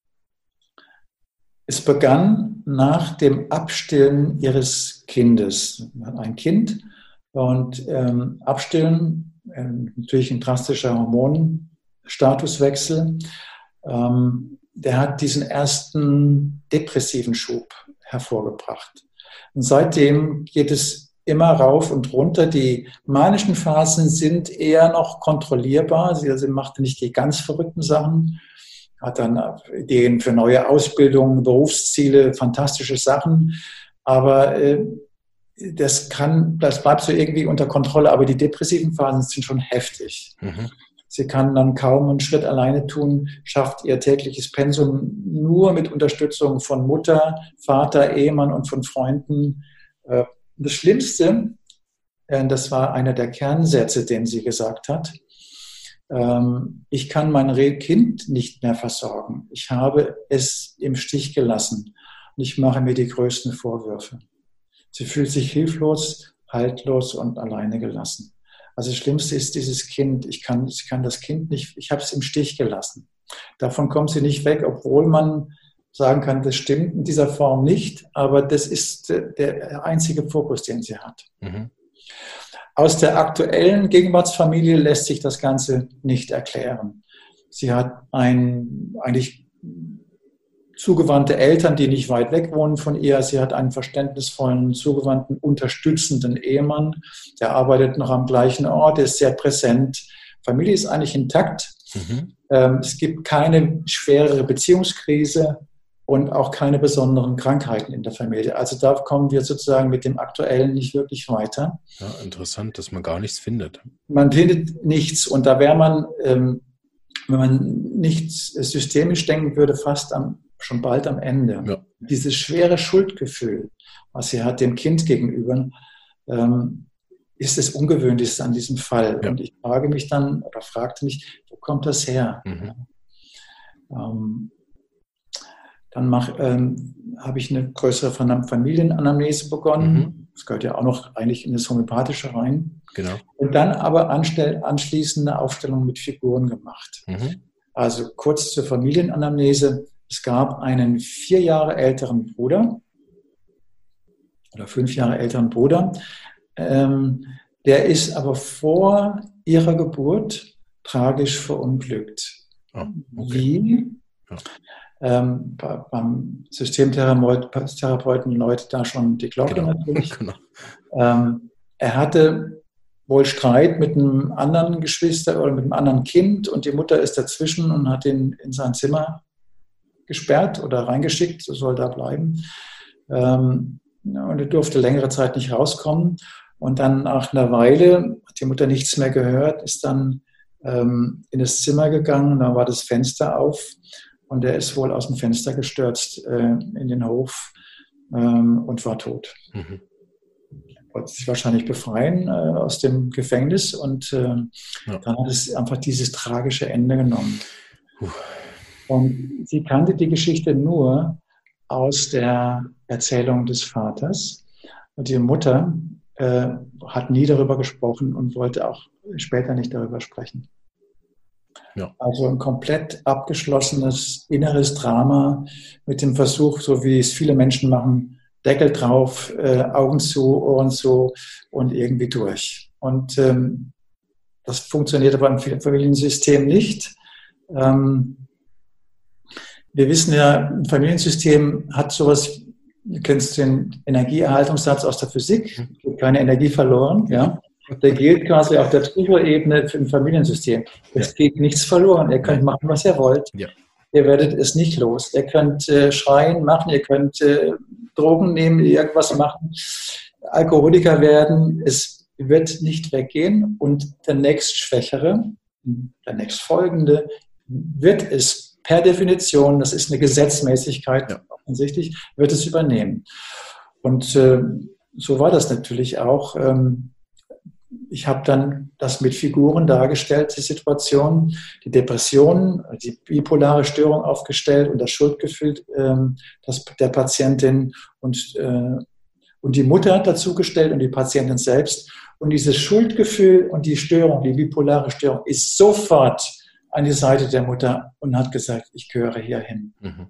Es begann nach dem Abstillen ihres Kindes. Man hat ein Kind und ähm, Abstillen, äh, natürlich ein drastischer Hormonstatuswechsel, ähm, der hat diesen ersten depressiven Schub hervorgebracht. Und seitdem geht es immer rauf und runter. Die manischen Phasen sind eher noch kontrollierbar. Sie, sie machte nicht die ganz verrückten Sachen, hat dann Ideen für neue Ausbildungen, Berufsziele, fantastische Sachen. Aber äh, das kann, das bleibt so irgendwie unter Kontrolle. Aber die depressiven Phasen sind schon heftig. Mhm. Sie kann dann kaum einen Schritt alleine tun, schafft ihr tägliches Pensum nur mit Unterstützung von Mutter, Vater, Ehemann und von Freunden. Äh, das Schlimmste, äh, das war einer der Kernsätze, den sie gesagt hat, ich kann mein Kind nicht mehr versorgen. Ich habe es im Stich gelassen und ich mache mir die größten Vorwürfe. Sie fühlt sich hilflos, haltlos und alleine gelassen. Also das Schlimmste ist dieses Kind. Ich kann, ich kann das Kind nicht, ich habe es im Stich gelassen. Davon kommt sie nicht weg, obwohl man sagen kann, das stimmt in dieser Form nicht, aber das ist der einzige Fokus, den sie hat. Mhm. Aus der aktuellen Gegenwartsfamilie lässt sich das Ganze nicht erklären. Sie hat ein, eigentlich zugewandte Eltern, die nicht weit weg wohnen von ihr. Sie hat einen verständnisvollen, zugewandten, unterstützenden Ehemann, der arbeitet noch am gleichen Ort, ist sehr präsent. Familie ist eigentlich intakt. Mhm. Es gibt keine schwerere Beziehungskrise und auch keine besonderen Krankheiten in der Familie. Also da kommen wir sozusagen mit dem Aktuellen nicht wirklich weiter. Ja, interessant, dass man gar nichts findet. Man findet nichts und da wäre man, ähm, wenn man nicht systemisch denken würde, fast am, schon bald am Ende. Ja. Dieses schwere Schuldgefühl, was sie hat dem Kind gegenüber, ähm, ist das Ungewöhnlichste an diesem Fall. Ja. Und ich frage mich dann, oder fragte mich, wo kommt das her? Mhm. Ähm, Dann ähm, habe ich eine größere Familienanamnese begonnen. Mhm. Das gehört ja auch noch eigentlich in das Homöopathische rein. Genau. Und dann aber anstell, anschließend eine Aufstellung mit Figuren gemacht. Mhm. Also kurz zur Familienanamnese. Es gab einen vier Jahre älteren Bruder oder fünf Jahre älteren Bruder. Ähm, der ist aber vor ihrer Geburt tragisch verunglückt. Oh, okay. Wie? Ja. Ähm, beim Systemtherapeuten läutet da schon die Glocke genau. natürlich. Genau. Ähm, er hatte wohl Streit mit einem anderen Geschwister oder mit einem anderen Kind und die Mutter ist dazwischen und hat ihn in sein Zimmer gesperrt oder reingeschickt, so soll da bleiben. Ähm, und er durfte längere Zeit nicht rauskommen. Und dann nach einer Weile hat die Mutter nichts mehr gehört, ist dann ähm, in das Zimmer gegangen, da war das Fenster auf und er ist wohl aus dem Fenster gestürzt äh, in den Hof ähm, und war tot. Mhm. Wollte sich wahrscheinlich befreien äh, aus dem Gefängnis und äh, ja. Dann hat es einfach dieses tragische Ende genommen. Puh. Und sie kannte die Geschichte nur aus der Erzählung des Vaters. Und die Mutter äh, hat nie darüber gesprochen und wollte auch später nicht darüber sprechen. Ja. Also ein komplett abgeschlossenes inneres Drama mit dem Versuch, so wie es viele Menschen machen, Deckel drauf, äh, Augen zu, Ohren zu und irgendwie durch. Und ähm, das funktioniert aber im Familiensystem nicht. Ähm, wir wissen ja, ein Familiensystem hat sowas, du kennst den Energieerhaltungssatz aus der Physik, keine Energie verloren, ja. Der gilt quasi auf der Trichoebene für ein Familiensystem. Es ja. geht nichts verloren. Ihr könnt machen, was ihr wollt. Ja. Ihr werdet es nicht los. Ihr könnt äh, schreien, machen, ihr könnt äh, Drogen nehmen, irgendwas machen, Alkoholiker werden. Es wird nicht weggehen. Und der nächstschwächere, der nächstfolgende, wird es per Definition, das ist eine Gesetzmäßigkeit, ja. offensichtlich, wird es übernehmen. Und äh, so war das natürlich auch. Ähm, Ich habe dann das mit Figuren dargestellt, die Situation, die Depression, die bipolare Störung aufgestellt und das Schuldgefühl ähm, das, der Patientin und, äh, und die Mutter dazugestellt und die Patientin selbst. Und dieses Schuldgefühl und die Störung, die bipolare Störung, ist sofort an die Seite der Mutter und hat gesagt, ich gehöre hier hin. Mhm.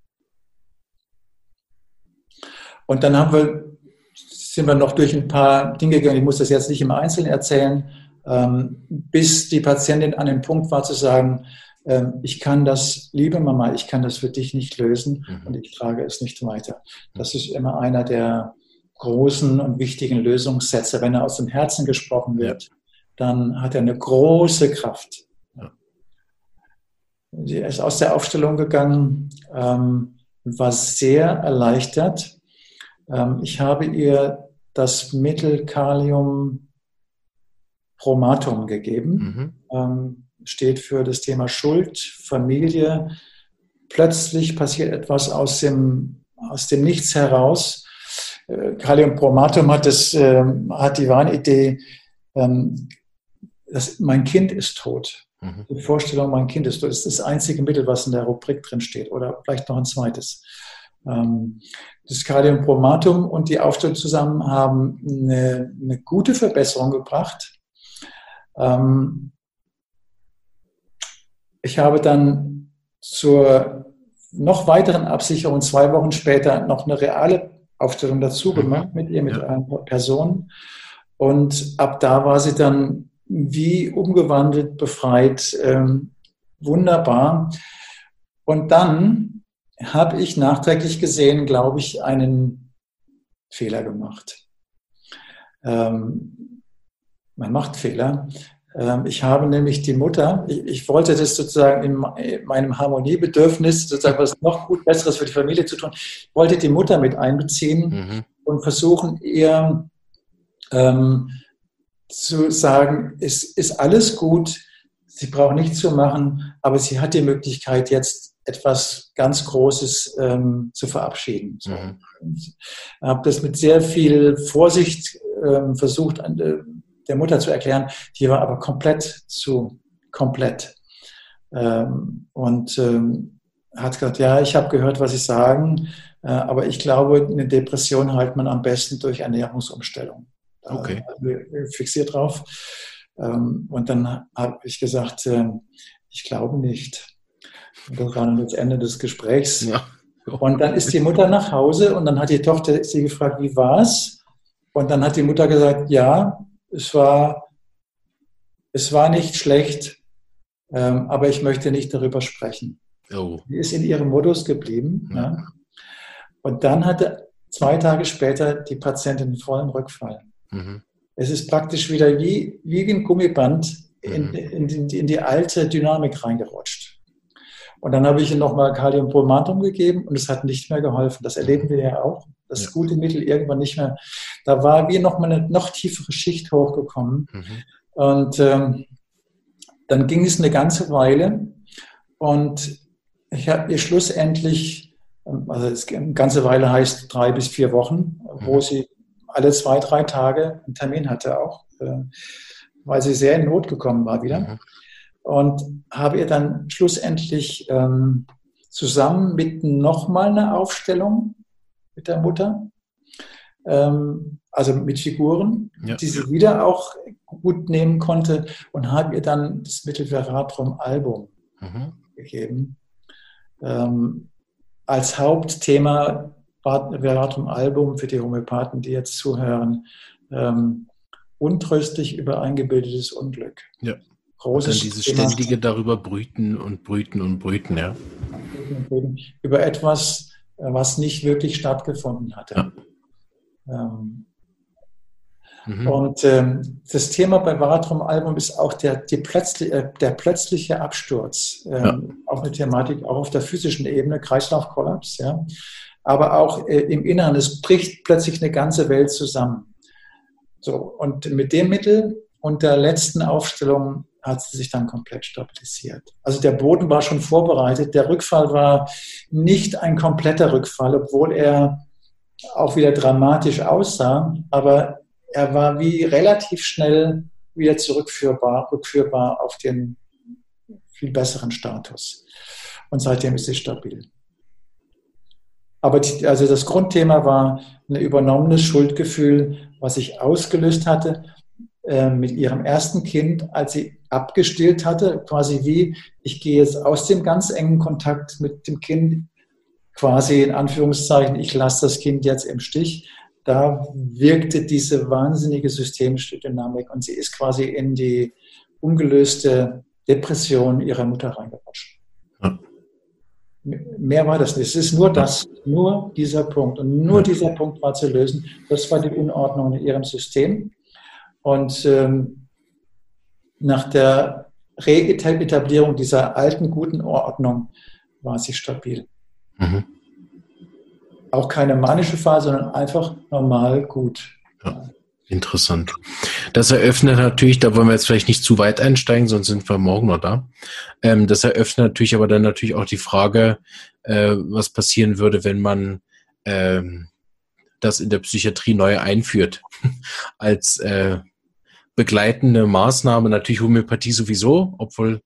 Und dann haben wir sind wir noch durch ein paar Dinge gegangen, ich muss das jetzt nicht im Einzelnen erzählen, ähm, bis die Patientin an dem Punkt war zu sagen, ähm, ich kann das, liebe Mama, ich kann das für dich nicht lösen mhm. und ich trage es nicht weiter. Das ist immer einer der großen und wichtigen Lösungssätze. Wenn er aus dem Herzen gesprochen wird, ja. dann hat er eine große Kraft. Ja. Sie ist aus der Aufstellung gegangen ähm, und war sehr erleichtert. Ich habe ihr das Mittel Kalium-Bromatum gegeben. Mhm. Ähm, steht für das Thema Schuld, Familie. Plötzlich passiert etwas aus dem, aus dem Nichts heraus. Äh, Kalium-Bromatum hat, das, äh, hat die Wahnidee, ähm, dass mein Kind ist tot. Mhm. Die Vorstellung, mein Kind ist tot, ist das einzige Mittel, was in der Rubrik drin steht. Oder vielleicht noch ein zweites. Das Kalium-Bromatum und die Aufstellung zusammen haben eine, eine gute Verbesserung gebracht. Ich habe dann zur noch weiteren Absicherung zwei Wochen später noch eine reale Aufstellung dazu gemacht mit ihr, mit ja. einer Person. Und ab da war sie dann wie umgewandelt, befreit, ähm, wunderbar. Und dann habe ich nachträglich gesehen, glaube ich, einen Fehler gemacht. Ähm, man macht Fehler. Ähm, ich habe nämlich die Mutter, ich, ich wollte das sozusagen in meinem Harmoniebedürfnis, sozusagen was noch gut Besseres für die Familie zu tun, ich wollte die Mutter mit einbeziehen mhm. und versuchen, ihr ähm, zu sagen, es ist alles gut, sie braucht nichts zu machen, aber sie hat die Möglichkeit, jetzt etwas ganz Großes ähm, zu verabschieden. So. Mhm. Ich habe das mit sehr viel Vorsicht ähm, versucht, an, äh, der Mutter zu erklären. Die war aber komplett zu komplett. Ähm, und ähm, hat gesagt, ja, ich habe gehört, was Sie sagen, äh, aber ich glaube, eine Depression heilt man am besten durch Ernährungsumstellung. Da okay. bin ich fixiert drauf. Ähm, und dann habe ich gesagt, äh, ich glaube nicht. Und das war dann das Ende des Gesprächs. Ja. Und dann ist die Mutter nach Hause und dann hat die Tochter sie gefragt, wie war's? Und dann hat die Mutter gesagt, ja, es war, es war nicht schlecht, ähm, aber ich möchte nicht darüber sprechen. Oh. Sie ist in ihrem Modus geblieben. Ja. Ja. Und dann hatte zwei Tage später die Patientin einen vollen Rückfall. Mhm. Es ist praktisch wieder wie, wie ein Gummiband in, mhm. in, in, in die alte Dynamik reingerutscht. Und dann habe ich ihr nochmal Kalium-Bromatum gegeben und es hat nicht mehr geholfen. Das erleben wir ja auch. Das ja. gute Mittel irgendwann nicht mehr. Da war wie nochmal eine noch tiefere Schicht hochgekommen. Mhm. Und ähm, dann ging es eine ganze Weile und ich habe ihr schlussendlich, also es, eine ganze Weile heißt drei bis vier Wochen, wo mhm. sie alle zwei, drei Tage einen Termin hatte auch, weil sie sehr in Not gekommen war wieder. Mhm. Und habe ihr dann schlussendlich ähm, zusammen mit nochmal einer Aufstellung mit der Mutter, ähm, also mit Figuren, ja. die sie wieder auch gut nehmen konnte, und habe ihr dann das Mittel Veratrum Album mhm. gegeben. Ähm, als Hauptthema Veratrum Album für die Homöopathen, die jetzt zuhören, ähm, untröstlich über eingebildetes Unglück. Ja. Großes und dann dieses Thema, ständige darüber brüten und brüten und brüten, ja. Über etwas, was nicht wirklich stattgefunden hatte. Ja. Ähm, mhm. Und ähm, das Thema bei Veratrum Album ist auch der, die plötzlich, äh, der plötzliche Absturz. Ähm, ja. Auch eine Thematik, auch auf der physischen Ebene, Kreislaufkollaps, ja. Aber auch äh, im Inneren, es bricht plötzlich eine ganze Welt zusammen. So, und mit dem Mittel und der letzten Aufstellung hat sie sich dann komplett stabilisiert. Also der Boden war schon vorbereitet. Der Rückfall war nicht ein kompletter Rückfall, obwohl er auch wieder dramatisch aussah. Aber er war wie relativ schnell wieder zurückführbar, rückführbar auf den viel besseren Status. Und seitdem ist sie stabil. Aber die, also das Grundthema war ein übernommenes Schuldgefühl, was sich ausgelöst hatte äh, mit ihrem ersten Kind, als sie abgestillt hatte, quasi wie, ich gehe jetzt aus dem ganz engen Kontakt mit dem Kind, quasi in Anführungszeichen, ich lasse das Kind jetzt im Stich. Da wirkte diese wahnsinnige systemische Dynamik und sie ist quasi in die ungelöste Depression ihrer Mutter reingerutscht. Ja. Mehr war das nicht. Es ist nur das, nur dieser Punkt. Und nur ja. dieser Punkt war zu lösen. Das war die Unordnung in ihrem System. Und ähm, nach der Reetablierung dieser alten, guten Ordnung war sie stabil. Mhm. Auch keine manische Phase, sondern einfach normal gut. Ja, interessant. Das eröffnet natürlich, da wollen wir jetzt vielleicht nicht zu weit einsteigen, sonst sind wir morgen noch da. Ähm, das eröffnet natürlich aber dann natürlich auch die Frage, äh, was passieren würde, wenn man ähm, das in der Psychiatrie neu einführt. Als äh, begleitende Maßnahme, natürlich Homöopathie sowieso, obwohl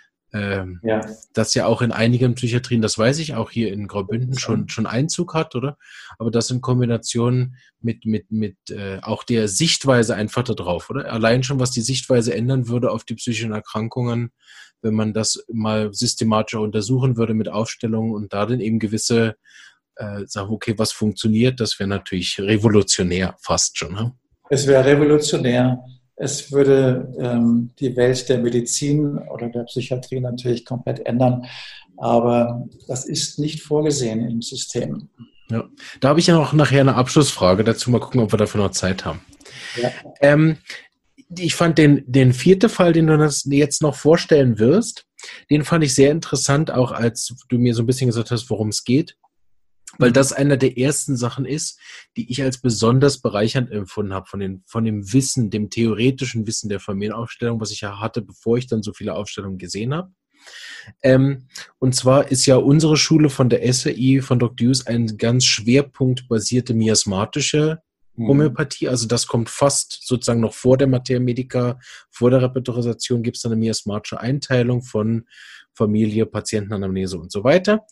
ähm, ja. das ja auch in einigen Psychiatrien, das weiß ich, auch hier in Graubünden schon, schon Einzug hat, oder? Aber das in Kombination mit, mit, mit äh, auch der Sichtweise einfach da drauf, oder? Allein schon, was die Sichtweise ändern würde auf die psychischen Erkrankungen, wenn man das mal systematischer untersuchen würde mit Aufstellungen und da dann eben gewisse äh, sagen, okay, was funktioniert, das wäre natürlich revolutionär fast schon. Ne? Es wäre revolutionär. Es würde ähm, die Welt der Medizin oder der Psychiatrie natürlich komplett ändern, aber das ist nicht vorgesehen im System. Ja, da habe ich ja noch nachher eine Abschlussfrage dazu. Mal gucken, ob wir dafür noch Zeit haben. Ja. Ähm, ich fand den, den vierten Fall, den du das jetzt noch vorstellen wirst, den fand ich sehr interessant, auch als du mir so ein bisschen gesagt hast, worum es geht. Weil das einer der ersten Sachen ist, die ich als besonders bereichernd empfunden habe von, den, von dem Wissen, dem theoretischen Wissen der Familienaufstellung, was ich ja hatte, bevor ich dann so viele Aufstellungen gesehen habe. Ähm, und zwar ist ja unsere Schule von der S R I, von Doktor Hughes, eine ganz schwerpunktbasierte miasmatische Homöopathie. Also das kommt fast sozusagen noch vor der Materia Medica, vor der Repertorisation gibt es dann eine miasmatische Einteilung von Familie, Patientenanamnese und so weiter.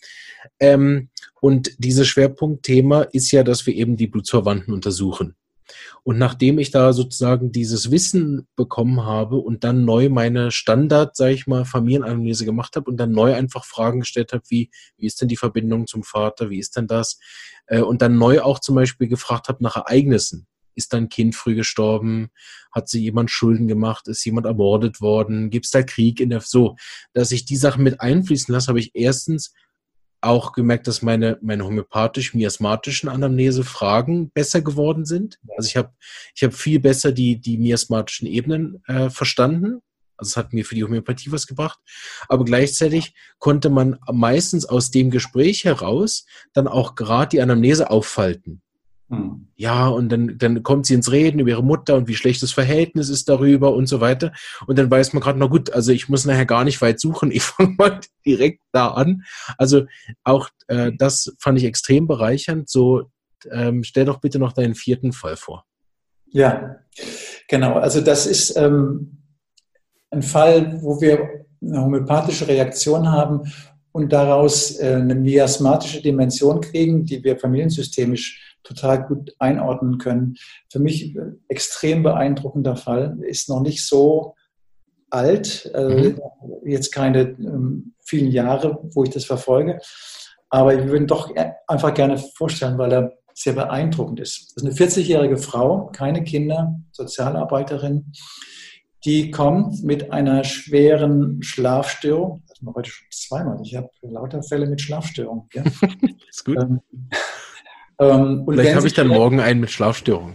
Ähm, und dieses Schwerpunktthema ist ja, dass wir eben die Blutsverwandten untersuchen. Und nachdem ich da sozusagen dieses Wissen bekommen habe und dann neu meine Standard, sage ich mal, Familienanalyse gemacht habe und dann neu einfach Fragen gestellt habe, wie, wie ist denn die Verbindung zum Vater, wie ist denn das? Äh, und dann neu auch zum Beispiel gefragt habe nach Ereignissen. Ist dein Kind früh gestorben? Hat sie jemand Schulden gemacht? Ist jemand ermordet worden? Gibt es da Krieg in der... So, dass ich die Sachen mit einfließen lasse, habe ich erstens auch gemerkt, dass meine, meine homöopathisch-miasmatischen Anamnese-Fragen besser geworden sind. Also ich habe ich hab viel besser die, die miasmatischen Ebenen äh, verstanden. Also es hat mir für die Homöopathie was gebracht. Aber gleichzeitig konnte man meistens aus dem Gespräch heraus dann auch gerade die Anamnese auffalten. Hm. Ja, und dann, dann kommt sie ins Reden über ihre Mutter und wie schlecht das Verhältnis ist darüber und so weiter. Und dann weiß man gerade, na gut, also ich muss nachher gar nicht weit suchen, ich fange mal direkt da an. Also auch äh, das fand ich extrem bereichernd. So, ähm, stell doch bitte noch deinen vierten Fall vor. Ja, genau. Also das ist ähm, ein Fall, wo wir eine homöopathische Reaktion haben und daraus äh, eine miasmatische Dimension kriegen, die wir familiensystemisch total gut einordnen können. Für mich äh, extrem beeindruckender Fall, ist noch nicht so alt, äh, mhm. jetzt keine ähm, vielen Jahre, wo ich das verfolge, aber ich würde ihn doch einfach gerne vorstellen, weil er sehr beeindruckend ist. Das ist eine vierzigjährige Frau, keine Kinder, Sozialarbeiterin, die kommt mit einer schweren Schlafstörung. Das haben wir heute schon zweimal. Ich habe lauter Fälle mit Schlafstörungen. Ja? Ist gut. Ähm, ähm, und Vielleicht habe ich dann morgen einen mit Schlafstörungen.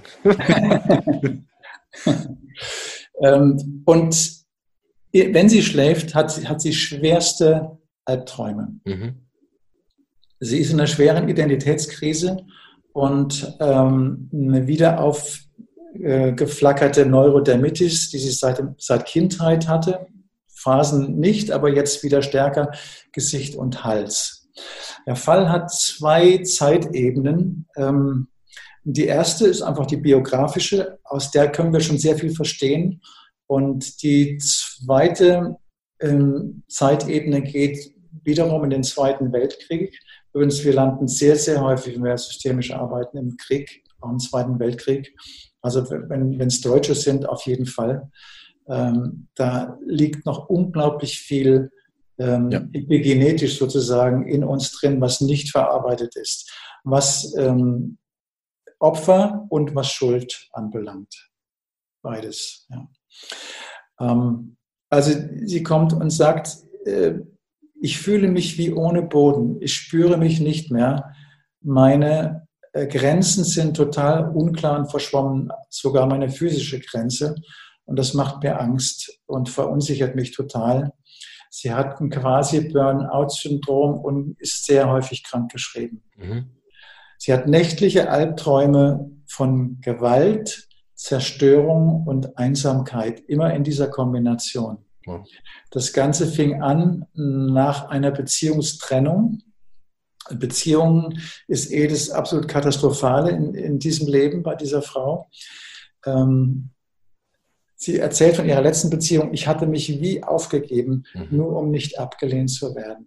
ähm, und wenn sie schläft, hat sie, hat sie schwerste Albträume. Mhm. Sie ist in einer schweren Identitätskrise und ähm, eine wieder aufgeflackerte Neurodermitis, die sie seit, seit Kindheit hatte. Phasen nicht, aber jetzt wieder stärker Gesicht und Hals. Der Fall hat zwei Zeitebenen. Ähm, die erste ist einfach die biografische, aus der können wir schon sehr viel verstehen. Und die zweite ähm, Zeitebene geht wiederum in den Zweiten Weltkrieg. Übrigens, wir landen sehr, sehr häufig, wenn wir systemisch arbeiten, im Krieg, auch im Zweiten Weltkrieg. Also wenn es Deutsche sind, auf jeden Fall. Ähm, da liegt noch unglaublich viel ähm, ja. epigenetisch sozusagen in uns drin, was nicht verarbeitet ist, was ähm, Opfer und was Schuld anbelangt. Beides. Ja. Ähm, also sie kommt und sagt, äh, ich fühle mich wie ohne Boden, ich spüre mich nicht mehr, meine äh, Grenzen sind total unklar und verschwommen, sogar meine physische Grenze. Und das macht mir Angst und verunsichert mich total. Sie hat ein quasi Burnout-Syndrom und ist sehr häufig krankgeschrieben. Mhm. Sie hat nächtliche Albträume von Gewalt, Zerstörung und Einsamkeit, immer in dieser Kombination. Wow. Das Ganze fing an nach einer Beziehungstrennung. Beziehung ist eh das absolut Katastrophale in, in diesem Leben bei dieser Frau. Ähm, Sie erzählt von ihrer letzten Beziehung, ich hatte mich wie aufgegeben, mhm. nur um nicht abgelehnt zu werden.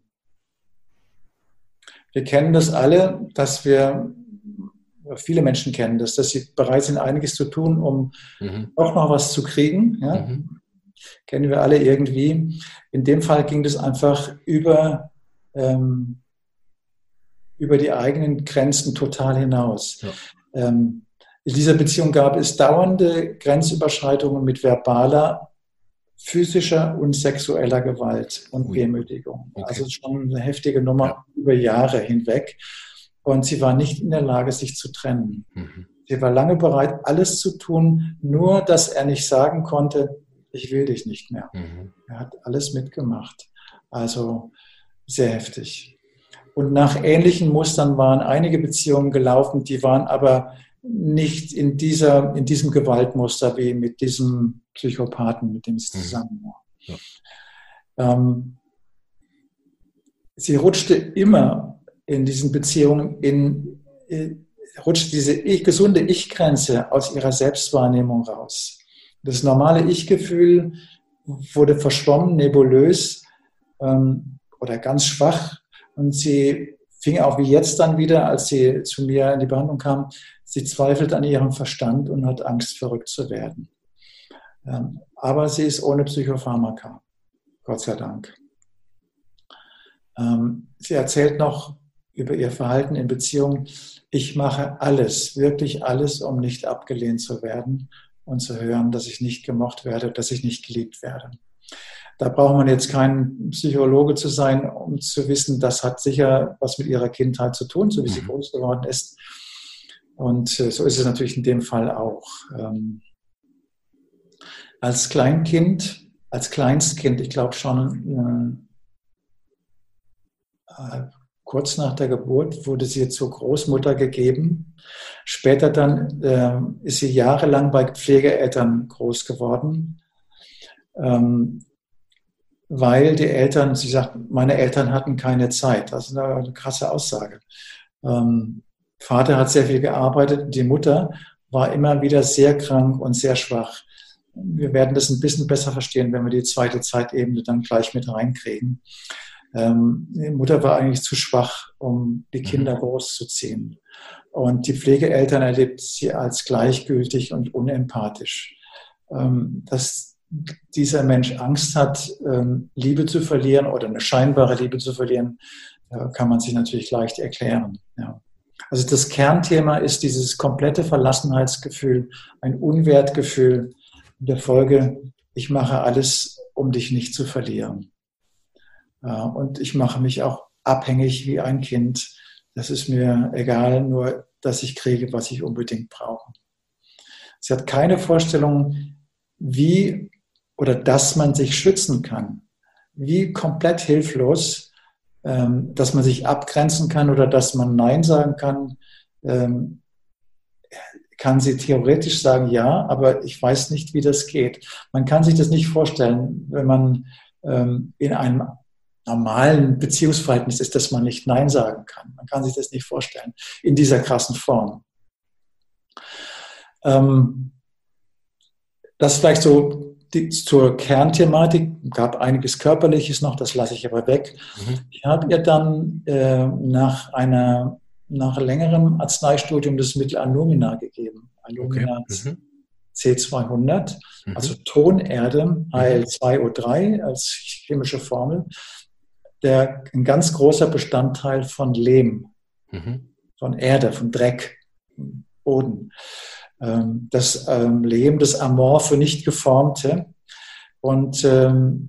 Wir kennen das alle, dass wir, viele Menschen kennen das, dass sie bereit sind, einiges zu tun, um mhm. auch noch was zu kriegen. Ja? Mhm. Kennen wir alle irgendwie. In dem Fall ging das einfach über, ähm, über die eigenen Grenzen total hinaus. Ja. Ähm, In dieser Beziehung gab es dauernde Grenzüberschreitungen mit verbaler, physischer und sexueller Gewalt und Demütigung. Okay. Also schon eine heftige Nummer ja. über Jahre hinweg. Und sie war nicht in der Lage, sich zu trennen. Mhm. Sie war lange bereit, alles zu tun, nur dass er nicht sagen konnte, ich will dich nicht mehr. Mhm. Er hat alles mitgemacht. Also sehr heftig. Und nach ähnlichen Mustern waren einige Beziehungen gelaufen, die waren aber nicht in, dieser, in diesem Gewaltmuster wie mit diesem Psychopathen, mit dem sie zusammen war. Ja. Ähm, sie rutschte immer in diesen Beziehungen, in, in, rutscht diese ich, gesunde Ich-Grenze aus ihrer Selbstwahrnehmung raus. Das normale Ich-Gefühl wurde verschwommen, nebulös ähm, oder ganz schwach und sie fing auch wie jetzt dann wieder, als sie zu mir in die Behandlung kam, sie zweifelt an ihrem Verstand und hat Angst, verrückt zu werden. Ähm, aber sie ist ohne Psychopharmaka, Gott sei Dank. Ähm, sie erzählt noch über ihr Verhalten in Beziehungen, ich mache alles, wirklich alles, um nicht abgelehnt zu werden und zu hören, dass ich nicht gemocht werde, dass ich nicht geliebt werde. Da braucht man jetzt kein Psychologe zu sein, um zu wissen, das hat sicher was mit ihrer Kindheit zu tun, so wie sie groß geworden ist. Und äh, so ist es natürlich in dem Fall auch. Ähm, als Kleinkind, als Kleinstkind, ich glaube schon äh, kurz nach der Geburt wurde sie zur Großmutter gegeben. Später dann äh, ist sie jahrelang bei Pflegeeltern groß geworden, ähm, weil die Eltern, sie sagt, meine Eltern hatten keine Zeit. Das ist eine, eine krasse Aussage. Ähm, Vater hat sehr viel gearbeitet, die Mutter war immer wieder sehr krank und sehr schwach. Wir werden das ein bisschen besser verstehen, wenn wir die zweite Zeitebene dann gleich mit reinkriegen. Ähm, die Mutter war eigentlich zu schwach, um die Kinder mhm. großzuziehen. Und die Pflegeeltern erlebt sie als gleichgültig und unempathisch. Ähm, dass dieser Mensch Angst hat, ähm, Liebe zu verlieren oder eine scheinbare Liebe zu verlieren, äh, kann man sich natürlich leicht erklären. Ja. Also das Kernthema ist dieses komplette Verlassenheitsgefühl, ein Unwertgefühl in der Folge, ich mache alles, um dich nicht zu verlieren. Und ich mache mich auch abhängig wie ein Kind. Das ist mir egal, nur dass ich kriege, was ich unbedingt brauche. Sie hat keine Vorstellung, wie oder dass man sich schützen kann. Wie komplett hilflos, dass man sich abgrenzen kann oder dass man Nein sagen kann, kann sie theoretisch sagen, ja, aber ich weiß nicht, wie das geht. Man kann sich das nicht vorstellen, wenn man in einem normalen Beziehungsverhältnis ist, dass man nicht Nein sagen kann. Man kann sich das nicht vorstellen, in dieser krassen Form. Das vielleicht so die, zur Kernthematik, gab einiges Körperliches noch, das lasse ich aber weg. Mhm. Ich habe ihr dann äh, nach einer nach längerem Arzneistudium das Mittel Alumina gegeben. Alumina okay. mhm. C zweihundert, mhm. also Tonerde, A L zwei O drei als chemische Formel, der ein ganz großer Bestandteil von Lehm, mhm. von Erde, von Dreck, Boden. Das ähm, Lehm, das Amorphe, nicht geformte. Und ähm,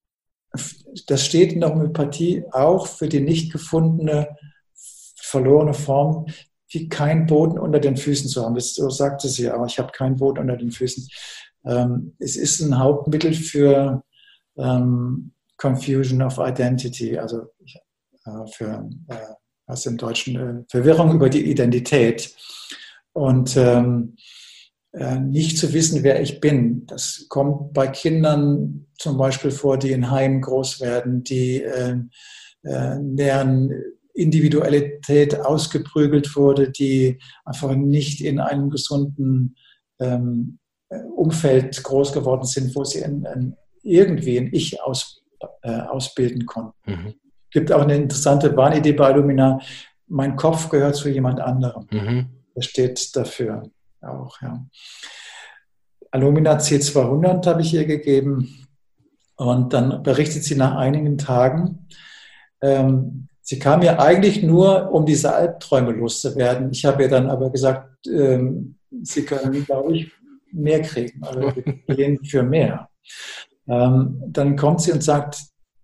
das steht in der Homöopathie auch für die nicht gefundene, verlorene Form, wie kein Boden unter den Füßen zu haben. Das, so sagte sie auch, ich habe keinen Boden unter den Füßen. Ähm, es ist ein Hauptmittel für ähm, Confusion of Identity, also äh, für, äh, was im Deutschen, äh, Verwirrung über die Identität. Und ähm, äh, nicht zu wissen, wer ich bin. Das kommt bei Kindern zum Beispiel vor, die in Heimen groß werden, die äh, äh, deren Individualität ausgeprügelt wurde, die einfach nicht in einem gesunden ähm, Umfeld groß geworden sind, wo sie in, in irgendwie ein Ich aus, äh, ausbilden konnten. Mhm. Es gibt auch eine interessante Wahnidee bei Alumina, mein Kopf gehört zu jemand anderem. Mhm. Das steht dafür auch. Ja. Alumina C zweihundert habe ich ihr gegeben und dann berichtet sie nach einigen Tagen, ähm, sie kam ja eigentlich nur, um diese Albträume loszuwerden. Ich habe ihr dann aber gesagt, ähm, sie können, glaube ich, mehr kriegen, also wir gehen für mehr. Ähm, dann kommt sie und sagt,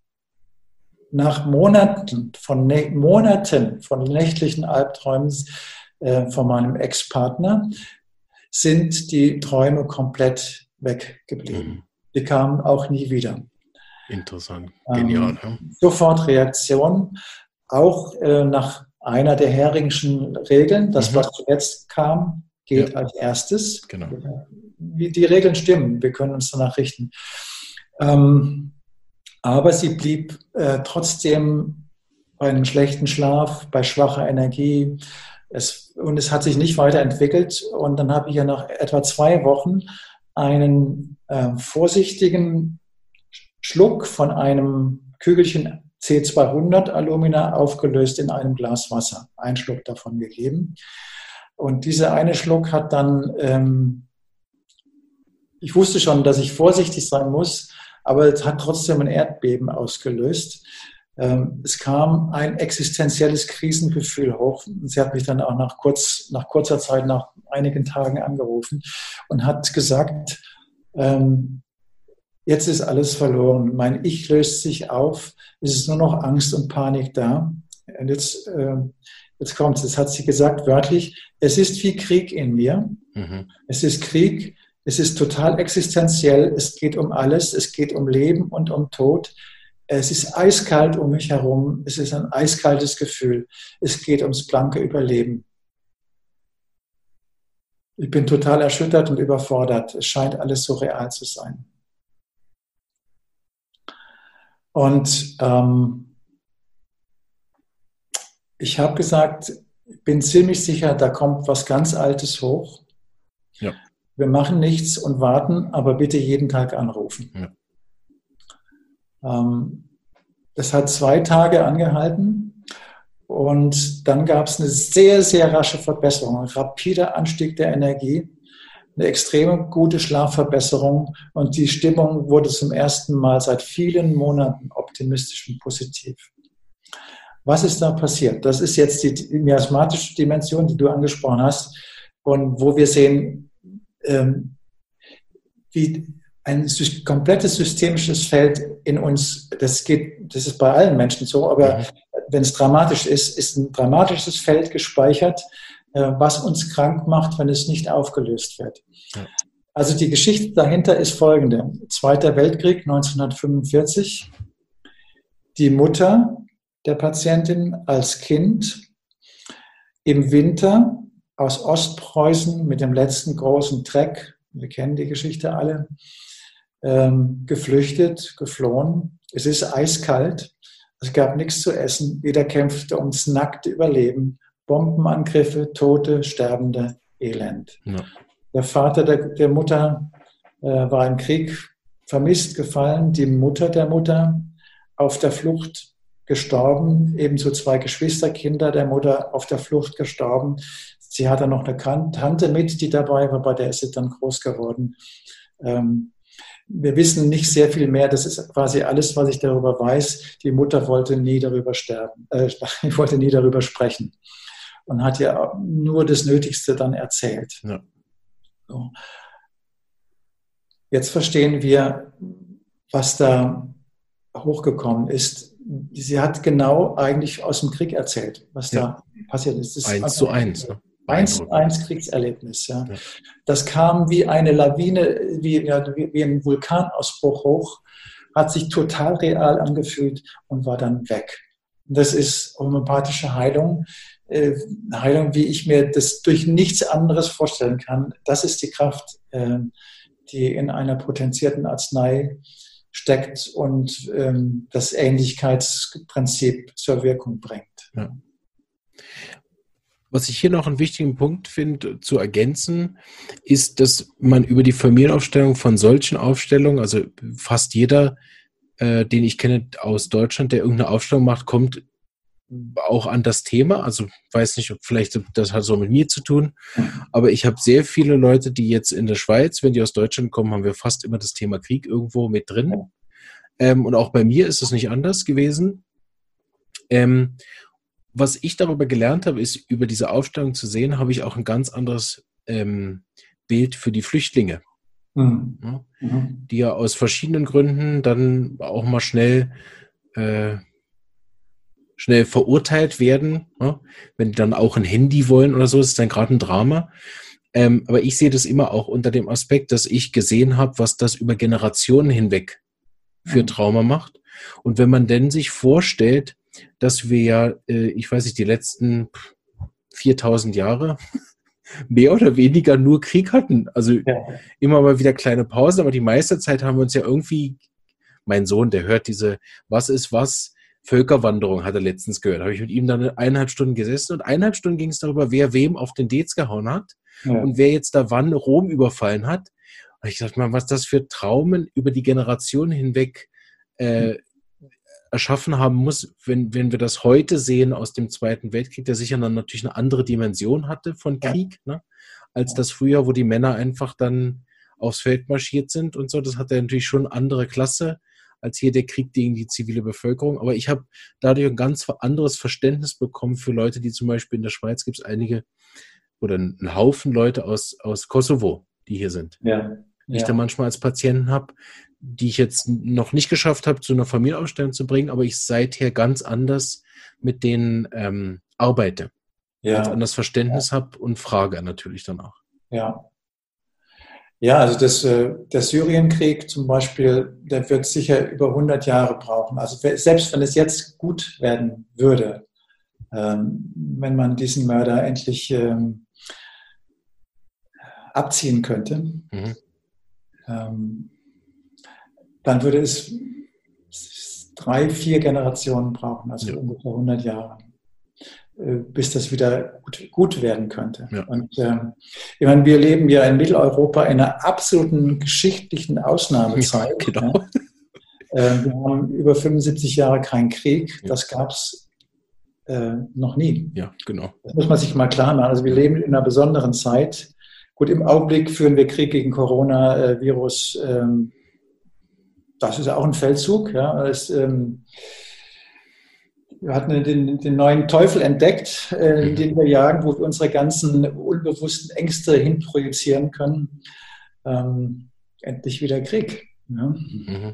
nach Monaten von ne- Monaten von nächtlichen Albträumen von meinem Ex-Partner, sind die Träume komplett weggeblieben. Mhm. Die kamen auch nie wieder. Interessant, genial. Ähm, ja. Sofort Reaktion, auch äh, nach einer der Heringschen Regeln, das, mhm. was zuletzt kam, geht ja. als erstes. Genau. Die, die Regeln stimmen, wir können uns danach richten. Ähm, aber sie blieb äh, trotzdem bei einem schlechten Schlaf, bei schwacher Energie, Es, und es hat sich nicht weiterentwickelt. Und dann habe ich ja nach etwa zwei Wochen einen äh, vorsichtigen Schluck von einem Kügelchen C zweihundert Alumina aufgelöst in einem Glas Wasser. Einen Schluck davon gegeben. Und dieser eine Schluck hat dann, ähm, ich wusste schon, dass ich vorsichtig sein muss, aber es hat trotzdem ein Erdbeben ausgelöst. Es kam ein existenzielles Krisengefühl hoch. Sie hat mich dann auch nach, kurz, nach kurzer Zeit, nach einigen Tagen angerufen und hat gesagt, ähm, jetzt ist alles verloren. Mein Ich löst sich auf. Es ist nur noch Angst und Panik da. Und jetzt, äh, jetzt kommt es. Jetzt hat sie gesagt, wörtlich, es ist wie Krieg in mir. Mhm. Es ist Krieg. Es ist total existenziell. Es geht um alles. Es geht um Leben und um Tod. Es ist eiskalt um mich herum. Es ist ein eiskaltes Gefühl. Es geht ums blanke Überleben. Ich bin total erschüttert und überfordert. Es scheint alles so real zu sein. Und ähm, ich habe gesagt, ich bin ziemlich sicher, da kommt was ganz Altes hoch. Ja. Wir machen nichts und warten, aber bitte jeden Tag anrufen. Ja. Ähm, das hat zwei Tage angehalten und dann gab es eine sehr, sehr rasche Verbesserung, ein rapider Anstieg der Energie, eine extrem gute Schlafverbesserung und die Stimmung wurde zum ersten Mal seit vielen Monaten optimistisch und positiv. Was ist da passiert? Das ist jetzt die miasmatische Dimension, die du angesprochen hast und wo wir sehen, ähm, wie ein komplettes systemisches Feld in uns, das geht, das ist bei allen Menschen so, aber mhm. wenn es dramatisch ist, ist ein dramatisches Feld gespeichert, was uns krank macht, wenn es nicht aufgelöst wird. Ja. Also die Geschichte dahinter ist folgende. Zweiter Weltkrieg neunzehnhundertfünfundvierzig. Die Mutter der Patientin als Kind im Winter aus Ostpreußen mit dem letzten großen Treck, wir kennen die Geschichte alle, ähm, geflüchtet, geflohen. Es ist eiskalt, es gab nichts zu essen, jeder kämpfte ums nackte Überleben, Bombenangriffe, Tote, Sterbende, Elend. Ja. Der Vater der, der Mutter äh, war im Krieg vermisst, gefallen, die Mutter der Mutter auf der Flucht gestorben, ebenso zwei Geschwisterkinder der Mutter auf der Flucht gestorben. Sie hatte noch eine Tante mit, die dabei war, bei der ist sie dann groß geworden. Ähm, wir wissen nicht sehr viel mehr, das ist quasi alles, was ich darüber weiß. Die Mutter wollte nie darüber sterben, äh, wollte nie darüber sprechen und hat ja nur das Nötigste dann erzählt. Ja. So. Jetzt verstehen wir, was da hochgekommen ist. Sie hat genau eigentlich aus dem Krieg erzählt, was ja. da passiert ist. Das eins zu eins. Ne? Eins zu eins Kriegserlebnis. Ja. Ja. Das kam wie eine Lawine, wie, ja, wie, wie ein Vulkanausbruch hoch, hat sich total real angefühlt und war dann weg. Das ist homöopathische Heilung. Äh, Heilung, wie ich mir das durch nichts anderes vorstellen kann. Das ist die Kraft, äh, die in einer potenzierten Arznei steckt und ähm, das Ähnlichkeitsprinzip zur Wirkung bringt. Ja. Was ich hier noch einen wichtigen Punkt finde, zu ergänzen, ist, dass man über die Familienaufstellung von solchen Aufstellungen, also fast jeder, äh, den ich kenne aus Deutschland, der irgendeine Aufstellung macht, kommt auch an das Thema. Also weiß nicht, ob vielleicht das hat so mit mir zu tun, aber ich habe sehr viele Leute, die jetzt in der Schweiz, wenn die aus Deutschland kommen, haben wir fast immer das Thema Krieg irgendwo mit drin. Ähm, und auch bei mir ist es nicht anders gewesen. Ähm, Was ich darüber gelernt habe, ist, über diese Aufstellung zu sehen, habe ich auch ein ganz anderes ähm, Bild für die Flüchtlinge, mhm. Ja, mhm. die ja aus verschiedenen Gründen dann auch mal schnell, äh, schnell verurteilt werden. Ja? Wenn die dann auch ein Handy wollen oder so, ist es dann gerade ein Drama. Ähm, aber ich sehe das immer auch unter dem Aspekt, dass ich gesehen habe, was das über Generationen hinweg für Trauma macht. Und wenn man denn sich vorstellt, dass wir ja, äh, ich weiß nicht, die letzten viertausend Jahre mehr oder weniger nur Krieg hatten. Also ja. immer mal wieder kleine Pausen, aber die meiste Zeit haben wir uns ja irgendwie, mein Sohn, der hört diese Was ist was, Völkerwanderung hat er letztens gehört. Habe ich mit ihm dann eineinhalb Stunden gesessen und eineinhalb Stunden ging es darüber, wer wem auf den Dez gehauen hat ja. und wer jetzt da wann Rom überfallen hat. Und ich dachte mal, was das für Traumen über die Generationen hinweg äh, erschaffen haben muss, wenn, wenn wir das heute sehen aus dem Zweiten Weltkrieg, der sicher dann natürlich eine andere Dimension hatte von Krieg, ja. ne, als das früher, wo die Männer einfach dann aufs Feld marschiert sind und so. Das hat ja natürlich schon eine andere Klasse als hier der Krieg gegen die zivile Bevölkerung. Aber ich habe dadurch ein ganz anderes Verständnis bekommen für Leute, die zum Beispiel in der Schweiz gibt es einige oder einen Haufen Leute aus, aus Kosovo, die hier sind. Ja. Die ich ja. dann manchmal als Patienten habe, die ich jetzt noch nicht geschafft habe, zu einer Familienaufstellung zu bringen, aber ich seither ganz anders mit denen ähm, arbeite. Ja. Ganz anderes Verständnis ja. habe und frage natürlich danach. Ja. Ja, also das, der Syrienkrieg zum Beispiel, der wird sicher über hundert Jahre brauchen. Also selbst wenn es jetzt gut werden würde, ähm, wenn man diesen Mörder endlich ähm, abziehen könnte, mhm. ähm, dann würde es drei, vier Generationen brauchen, also ja. ungefähr hundert Jahre, äh, bis das wieder gut, gut werden könnte. Ja. Und ähm, ich meine, wir leben ja in Mitteleuropa in einer absoluten geschichtlichen Ausnahmezeit. Ja, genau. Ja. Äh, wir haben über fünfundsiebzig Jahre keinen Krieg, ja. Das gab es äh, noch nie. Ja, genau. Das muss man sich mal klar machen. Also wir leben in einer besonderen Zeit. Gut, im Augenblick führen wir Krieg gegen Coronavirus. Ähm, das ist ja auch ein Feldzug. Ja. Das, ähm, wir hatten den, den neuen Teufel entdeckt, äh, den wir jagen, wo wir unsere ganzen unbewussten Ängste hinprojizieren können. Ähm, endlich wieder Krieg. Ja. Mhm.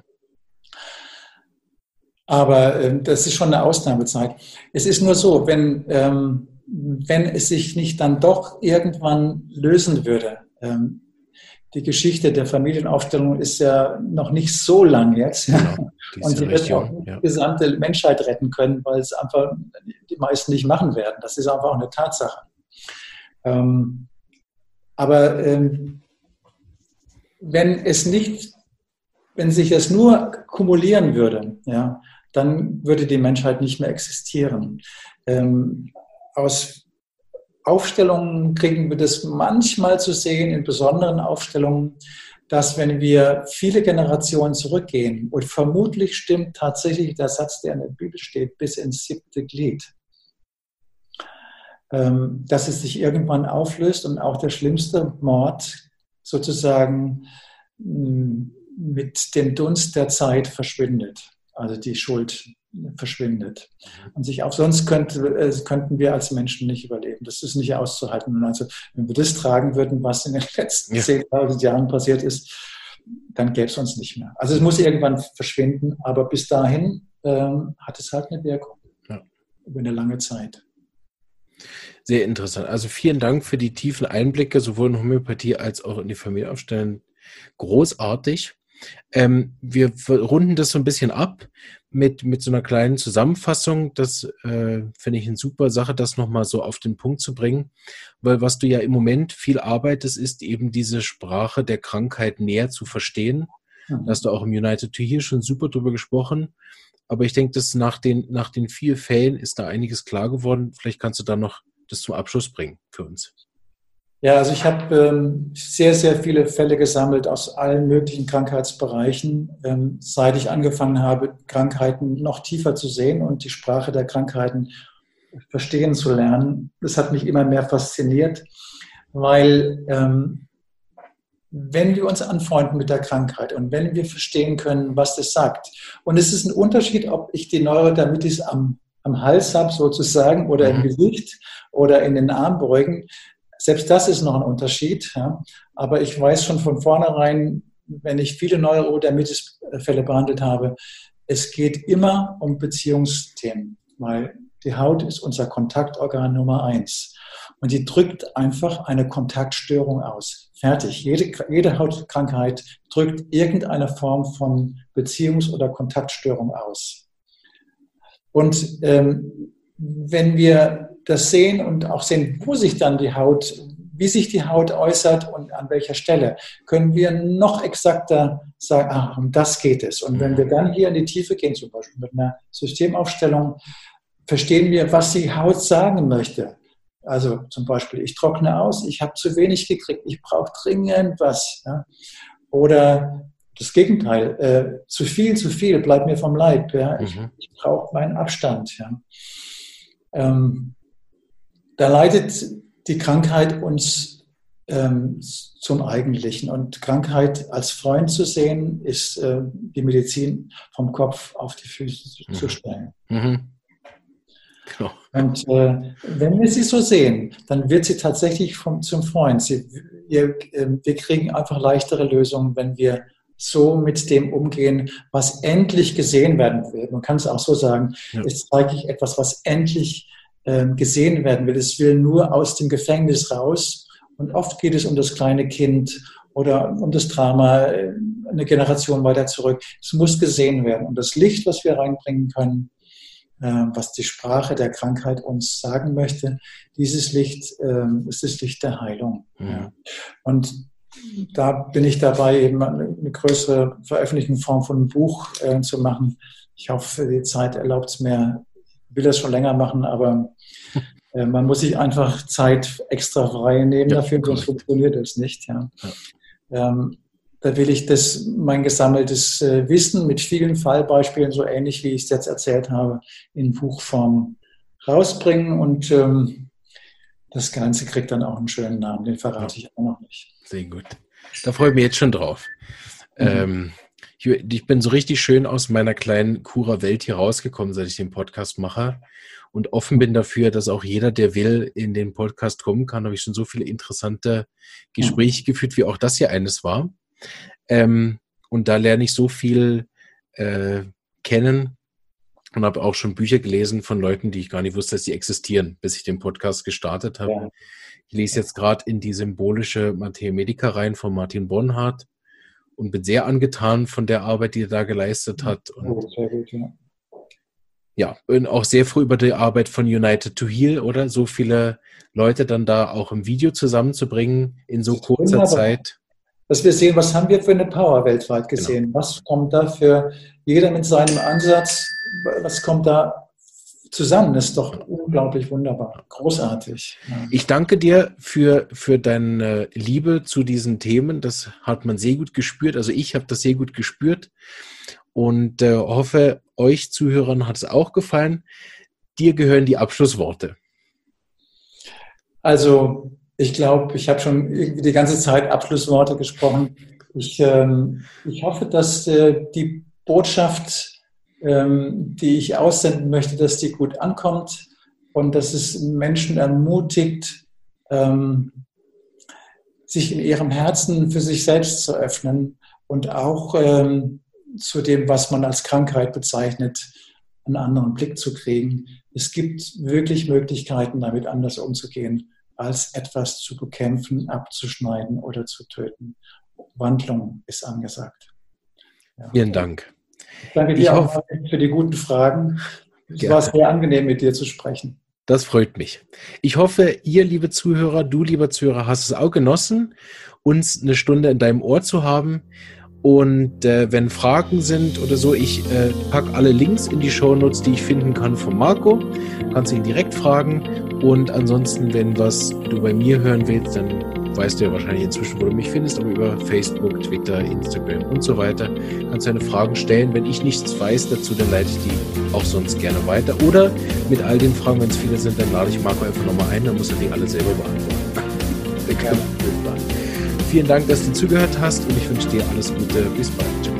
Aber ähm, das ist schon eine Ausnahmezeit. Es ist nur so, wenn, ähm, wenn es sich nicht dann doch irgendwann lösen würde. Ähm, die Geschichte der Familienaufstellung ist ja noch nicht so lang jetzt. Genau, und sie wird auch nicht ja. die gesamte Menschheit retten können, weil es einfach die meisten nicht machen werden. Das ist einfach auch eine Tatsache. Ähm, aber ähm, wenn es nicht, wenn sich es nur kumulieren würde, ja, dann würde die Menschheit nicht mehr existieren. Ähm, aus Aufstellungen kriegen wir das manchmal zu sehen, in besonderen Aufstellungen, dass wenn wir viele Generationen zurückgehen, und vermutlich stimmt tatsächlich der Satz, der in der Bibel steht, bis ins siebte Glied, ähm, dass es sich irgendwann auflöst und auch der schlimmste Mord sozusagen mh, mit dem Dunst der Zeit verschwindet. Also die Schuld verschwindet. Und sich auch sonst könnte, äh, könnten wir als Menschen nicht überleben. Das ist nicht auszuhalten. Also wenn wir das tragen würden, was in den letzten ja. zehntausend Jahren passiert ist, dann gäbe es uns nicht mehr. Also es muss irgendwann verschwinden, aber bis dahin ähm, hat es halt eine Wirkung. Ja. Über eine lange Zeit. Sehr interessant. Also vielen Dank für die tiefen Einblicke, sowohl in Homöopathie als auch in die Familienaufstellung. Großartig. Ähm, wir runden das so ein bisschen ab mit, mit so einer kleinen Zusammenfassung. Das äh, finde ich eine super Sache, das nochmal so auf den Punkt zu bringen, weil was du ja im Moment viel arbeitest, ist eben diese Sprache der Krankheit näher zu verstehen. Mhm. Da hast du auch im United to Heal schon super drüber gesprochen, aber ich denke, dass nach den, nach den vier Fällen ist da einiges klar geworden. Vielleicht kannst du da noch das zum Abschluss bringen für uns. Ja, also ich habe ähm, sehr, sehr viele Fälle gesammelt aus allen möglichen Krankheitsbereichen, ähm, seit ich angefangen habe, Krankheiten noch tiefer zu sehen und die Sprache der Krankheiten verstehen zu lernen. Das hat mich immer mehr fasziniert, weil ähm, wenn wir uns anfreunden mit der Krankheit und wenn wir verstehen können, was das sagt, und es ist ein Unterschied, ob ich die Neurodermitis am, am Hals habe sozusagen oder im Gesicht oder in den Armbeugen. Selbst das ist noch ein Unterschied, ja. Aber ich weiß schon von vornherein, wenn ich viele Neurodermitis-Fälle behandelt habe, es geht immer um Beziehungsthemen, weil die Haut ist unser Kontaktorgan Nummer eins und die drückt einfach eine Kontaktstörung aus. Fertig. Jede, jede Hautkrankheit drückt irgendeine Form von Beziehungs- oder Kontaktstörung aus. Und ähm, wenn wir das sehen und auch sehen, wo sich dann die Haut, wie sich die Haut äußert und an welcher Stelle, können wir noch exakter sagen, ah, um das geht es. Und wenn wir dann hier in die Tiefe gehen, zum Beispiel mit einer Systemaufstellung, verstehen wir, was die Haut sagen möchte. Also zum Beispiel, ich trockne aus, ich habe zu wenig gekriegt, ich brauche dringend was. Ja? Oder das Gegenteil, äh, zu viel, zu viel, bleib mir vom Leib. Ja? Ich, mhm. ich brauche meinen Abstand. Ja? Ähm, da leitet die Krankheit uns ähm, zum Eigentlichen. Und Krankheit als Freund zu sehen, ist äh, die Medizin vom Kopf auf die Füße mhm. zu stellen. Mhm. Genau. Und äh, wenn wir sie so sehen, dann wird sie tatsächlich vom, zum Freund. Sie, wir, äh, wir kriegen einfach leichtere Lösungen, wenn wir so mit dem umgehen, was endlich gesehen werden will. Man kann es auch so sagen, ja. Jetzt zeige ich etwas, was endlich äh, gesehen werden will. Es will nur aus dem Gefängnis raus. Und oft geht es um das kleine Kind oder um das Drama eine Generation weiter zurück. Es muss gesehen werden. Und das Licht, was wir reinbringen können, was die Sprache der Krankheit uns sagen möchte, dieses Licht ist das Licht der Heilung. Ja. Und da bin ich dabei, eben eine größere veröffentlichende Form von einem Buch äh, zu machen. Ich hoffe, die Zeit erlaubt es mir. Ich will das schon länger machen, aber äh, man muss sich einfach Zeit extra frei nehmen ja, dafür, sonst funktioniert das nicht. Ja. Ja. Ähm, da will ich das, mein gesammeltes äh, Wissen mit vielen Fallbeispielen, so ähnlich wie ich es jetzt erzählt habe, in Buchform rausbringen und ähm, das Ganze kriegt dann auch einen schönen Namen, den verrate ich auch noch nicht. Sehr gut. Da freue ich mich jetzt schon drauf. Mhm. Ähm, ich, ich bin so richtig schön aus meiner kleinen Kura-Welt hier rausgekommen, seit ich den Podcast mache und offen bin dafür, dass auch jeder, der will, in den Podcast kommen kann. Da habe ich schon so viele interessante Gespräche mhm. geführt, wie auch das hier eines war. Ähm, und da lerne ich so viel äh, kennen und habe auch schon Bücher gelesen von Leuten, die ich gar nicht wusste, dass sie existieren, bis ich den Podcast gestartet habe. Ja. Ich lese jetzt gerade in die symbolische Materia Medica rein von Martin Bonhardt und bin sehr angetan von der Arbeit, die er da geleistet hat. Und oh, sehr gut, ja. Ja, bin auch sehr froh über die Arbeit von United to Heal, oder? So viele Leute dann da auch im Video zusammenzubringen in so kurzer Zeit. Dass wir sehen, was haben wir für eine Power weltweit gesehen? Genau. Was kommt da für jeder mit seinem Ansatz, was kommt da zusammen? Das ist doch unglaublich wunderbar, großartig. Ja. Ich danke dir für, für deine Liebe zu diesen Themen. Das hat man sehr gut gespürt. Also ich habe das sehr gut gespürt und äh, hoffe, euch Zuhörern hat es auch gefallen. Dir gehören die Abschlussworte. Also ich glaube, ich habe schon irgendwie die ganze Zeit Abschlussworte gesprochen. Ich, ähm, ich hoffe, dass äh, die Botschaft, ähm, die ich aussenden möchte, dass die gut ankommt und dass es Menschen ermutigt, ähm, sich in ihrem Herzen für sich selbst zu öffnen und auch ähm, zu dem, was man als Krankheit bezeichnet, einen anderen Blick zu kriegen. Es gibt wirklich Möglichkeiten, damit anders umzugehen, als etwas zu bekämpfen, abzuschneiden oder zu töten. Wandlung ist angesagt. Ja. Vielen Dank. Ich danke dir ich auch hoffe, für die guten Fragen. Es gerne. War sehr angenehm, mit dir zu sprechen. Das freut mich. Ich hoffe, ihr, liebe Zuhörer, du, lieber Zuhörer, hast es auch genossen, uns eine Stunde in deinem Ohr zu haben. Und äh, wenn Fragen sind oder so, ich äh, packe alle Links in die Shownotes, die ich finden kann von Marco. Kannst ihn direkt fragen. Und ansonsten, wenn was du bei mir hören willst, dann weißt du ja wahrscheinlich inzwischen, wo du mich findest, aber über Facebook, Twitter, Instagram und so weiter kannst du deine Fragen stellen. Wenn ich nichts weiß dazu, dann leite ich die auch sonst gerne weiter. Oder mit all den Fragen, wenn es viele sind, dann lade ich Marco einfach nochmal ein, dann muss er die alle selber beantworten. Vielen Dank, dass du zugehört hast und ich wünsche dir alles Gute. Bis bald.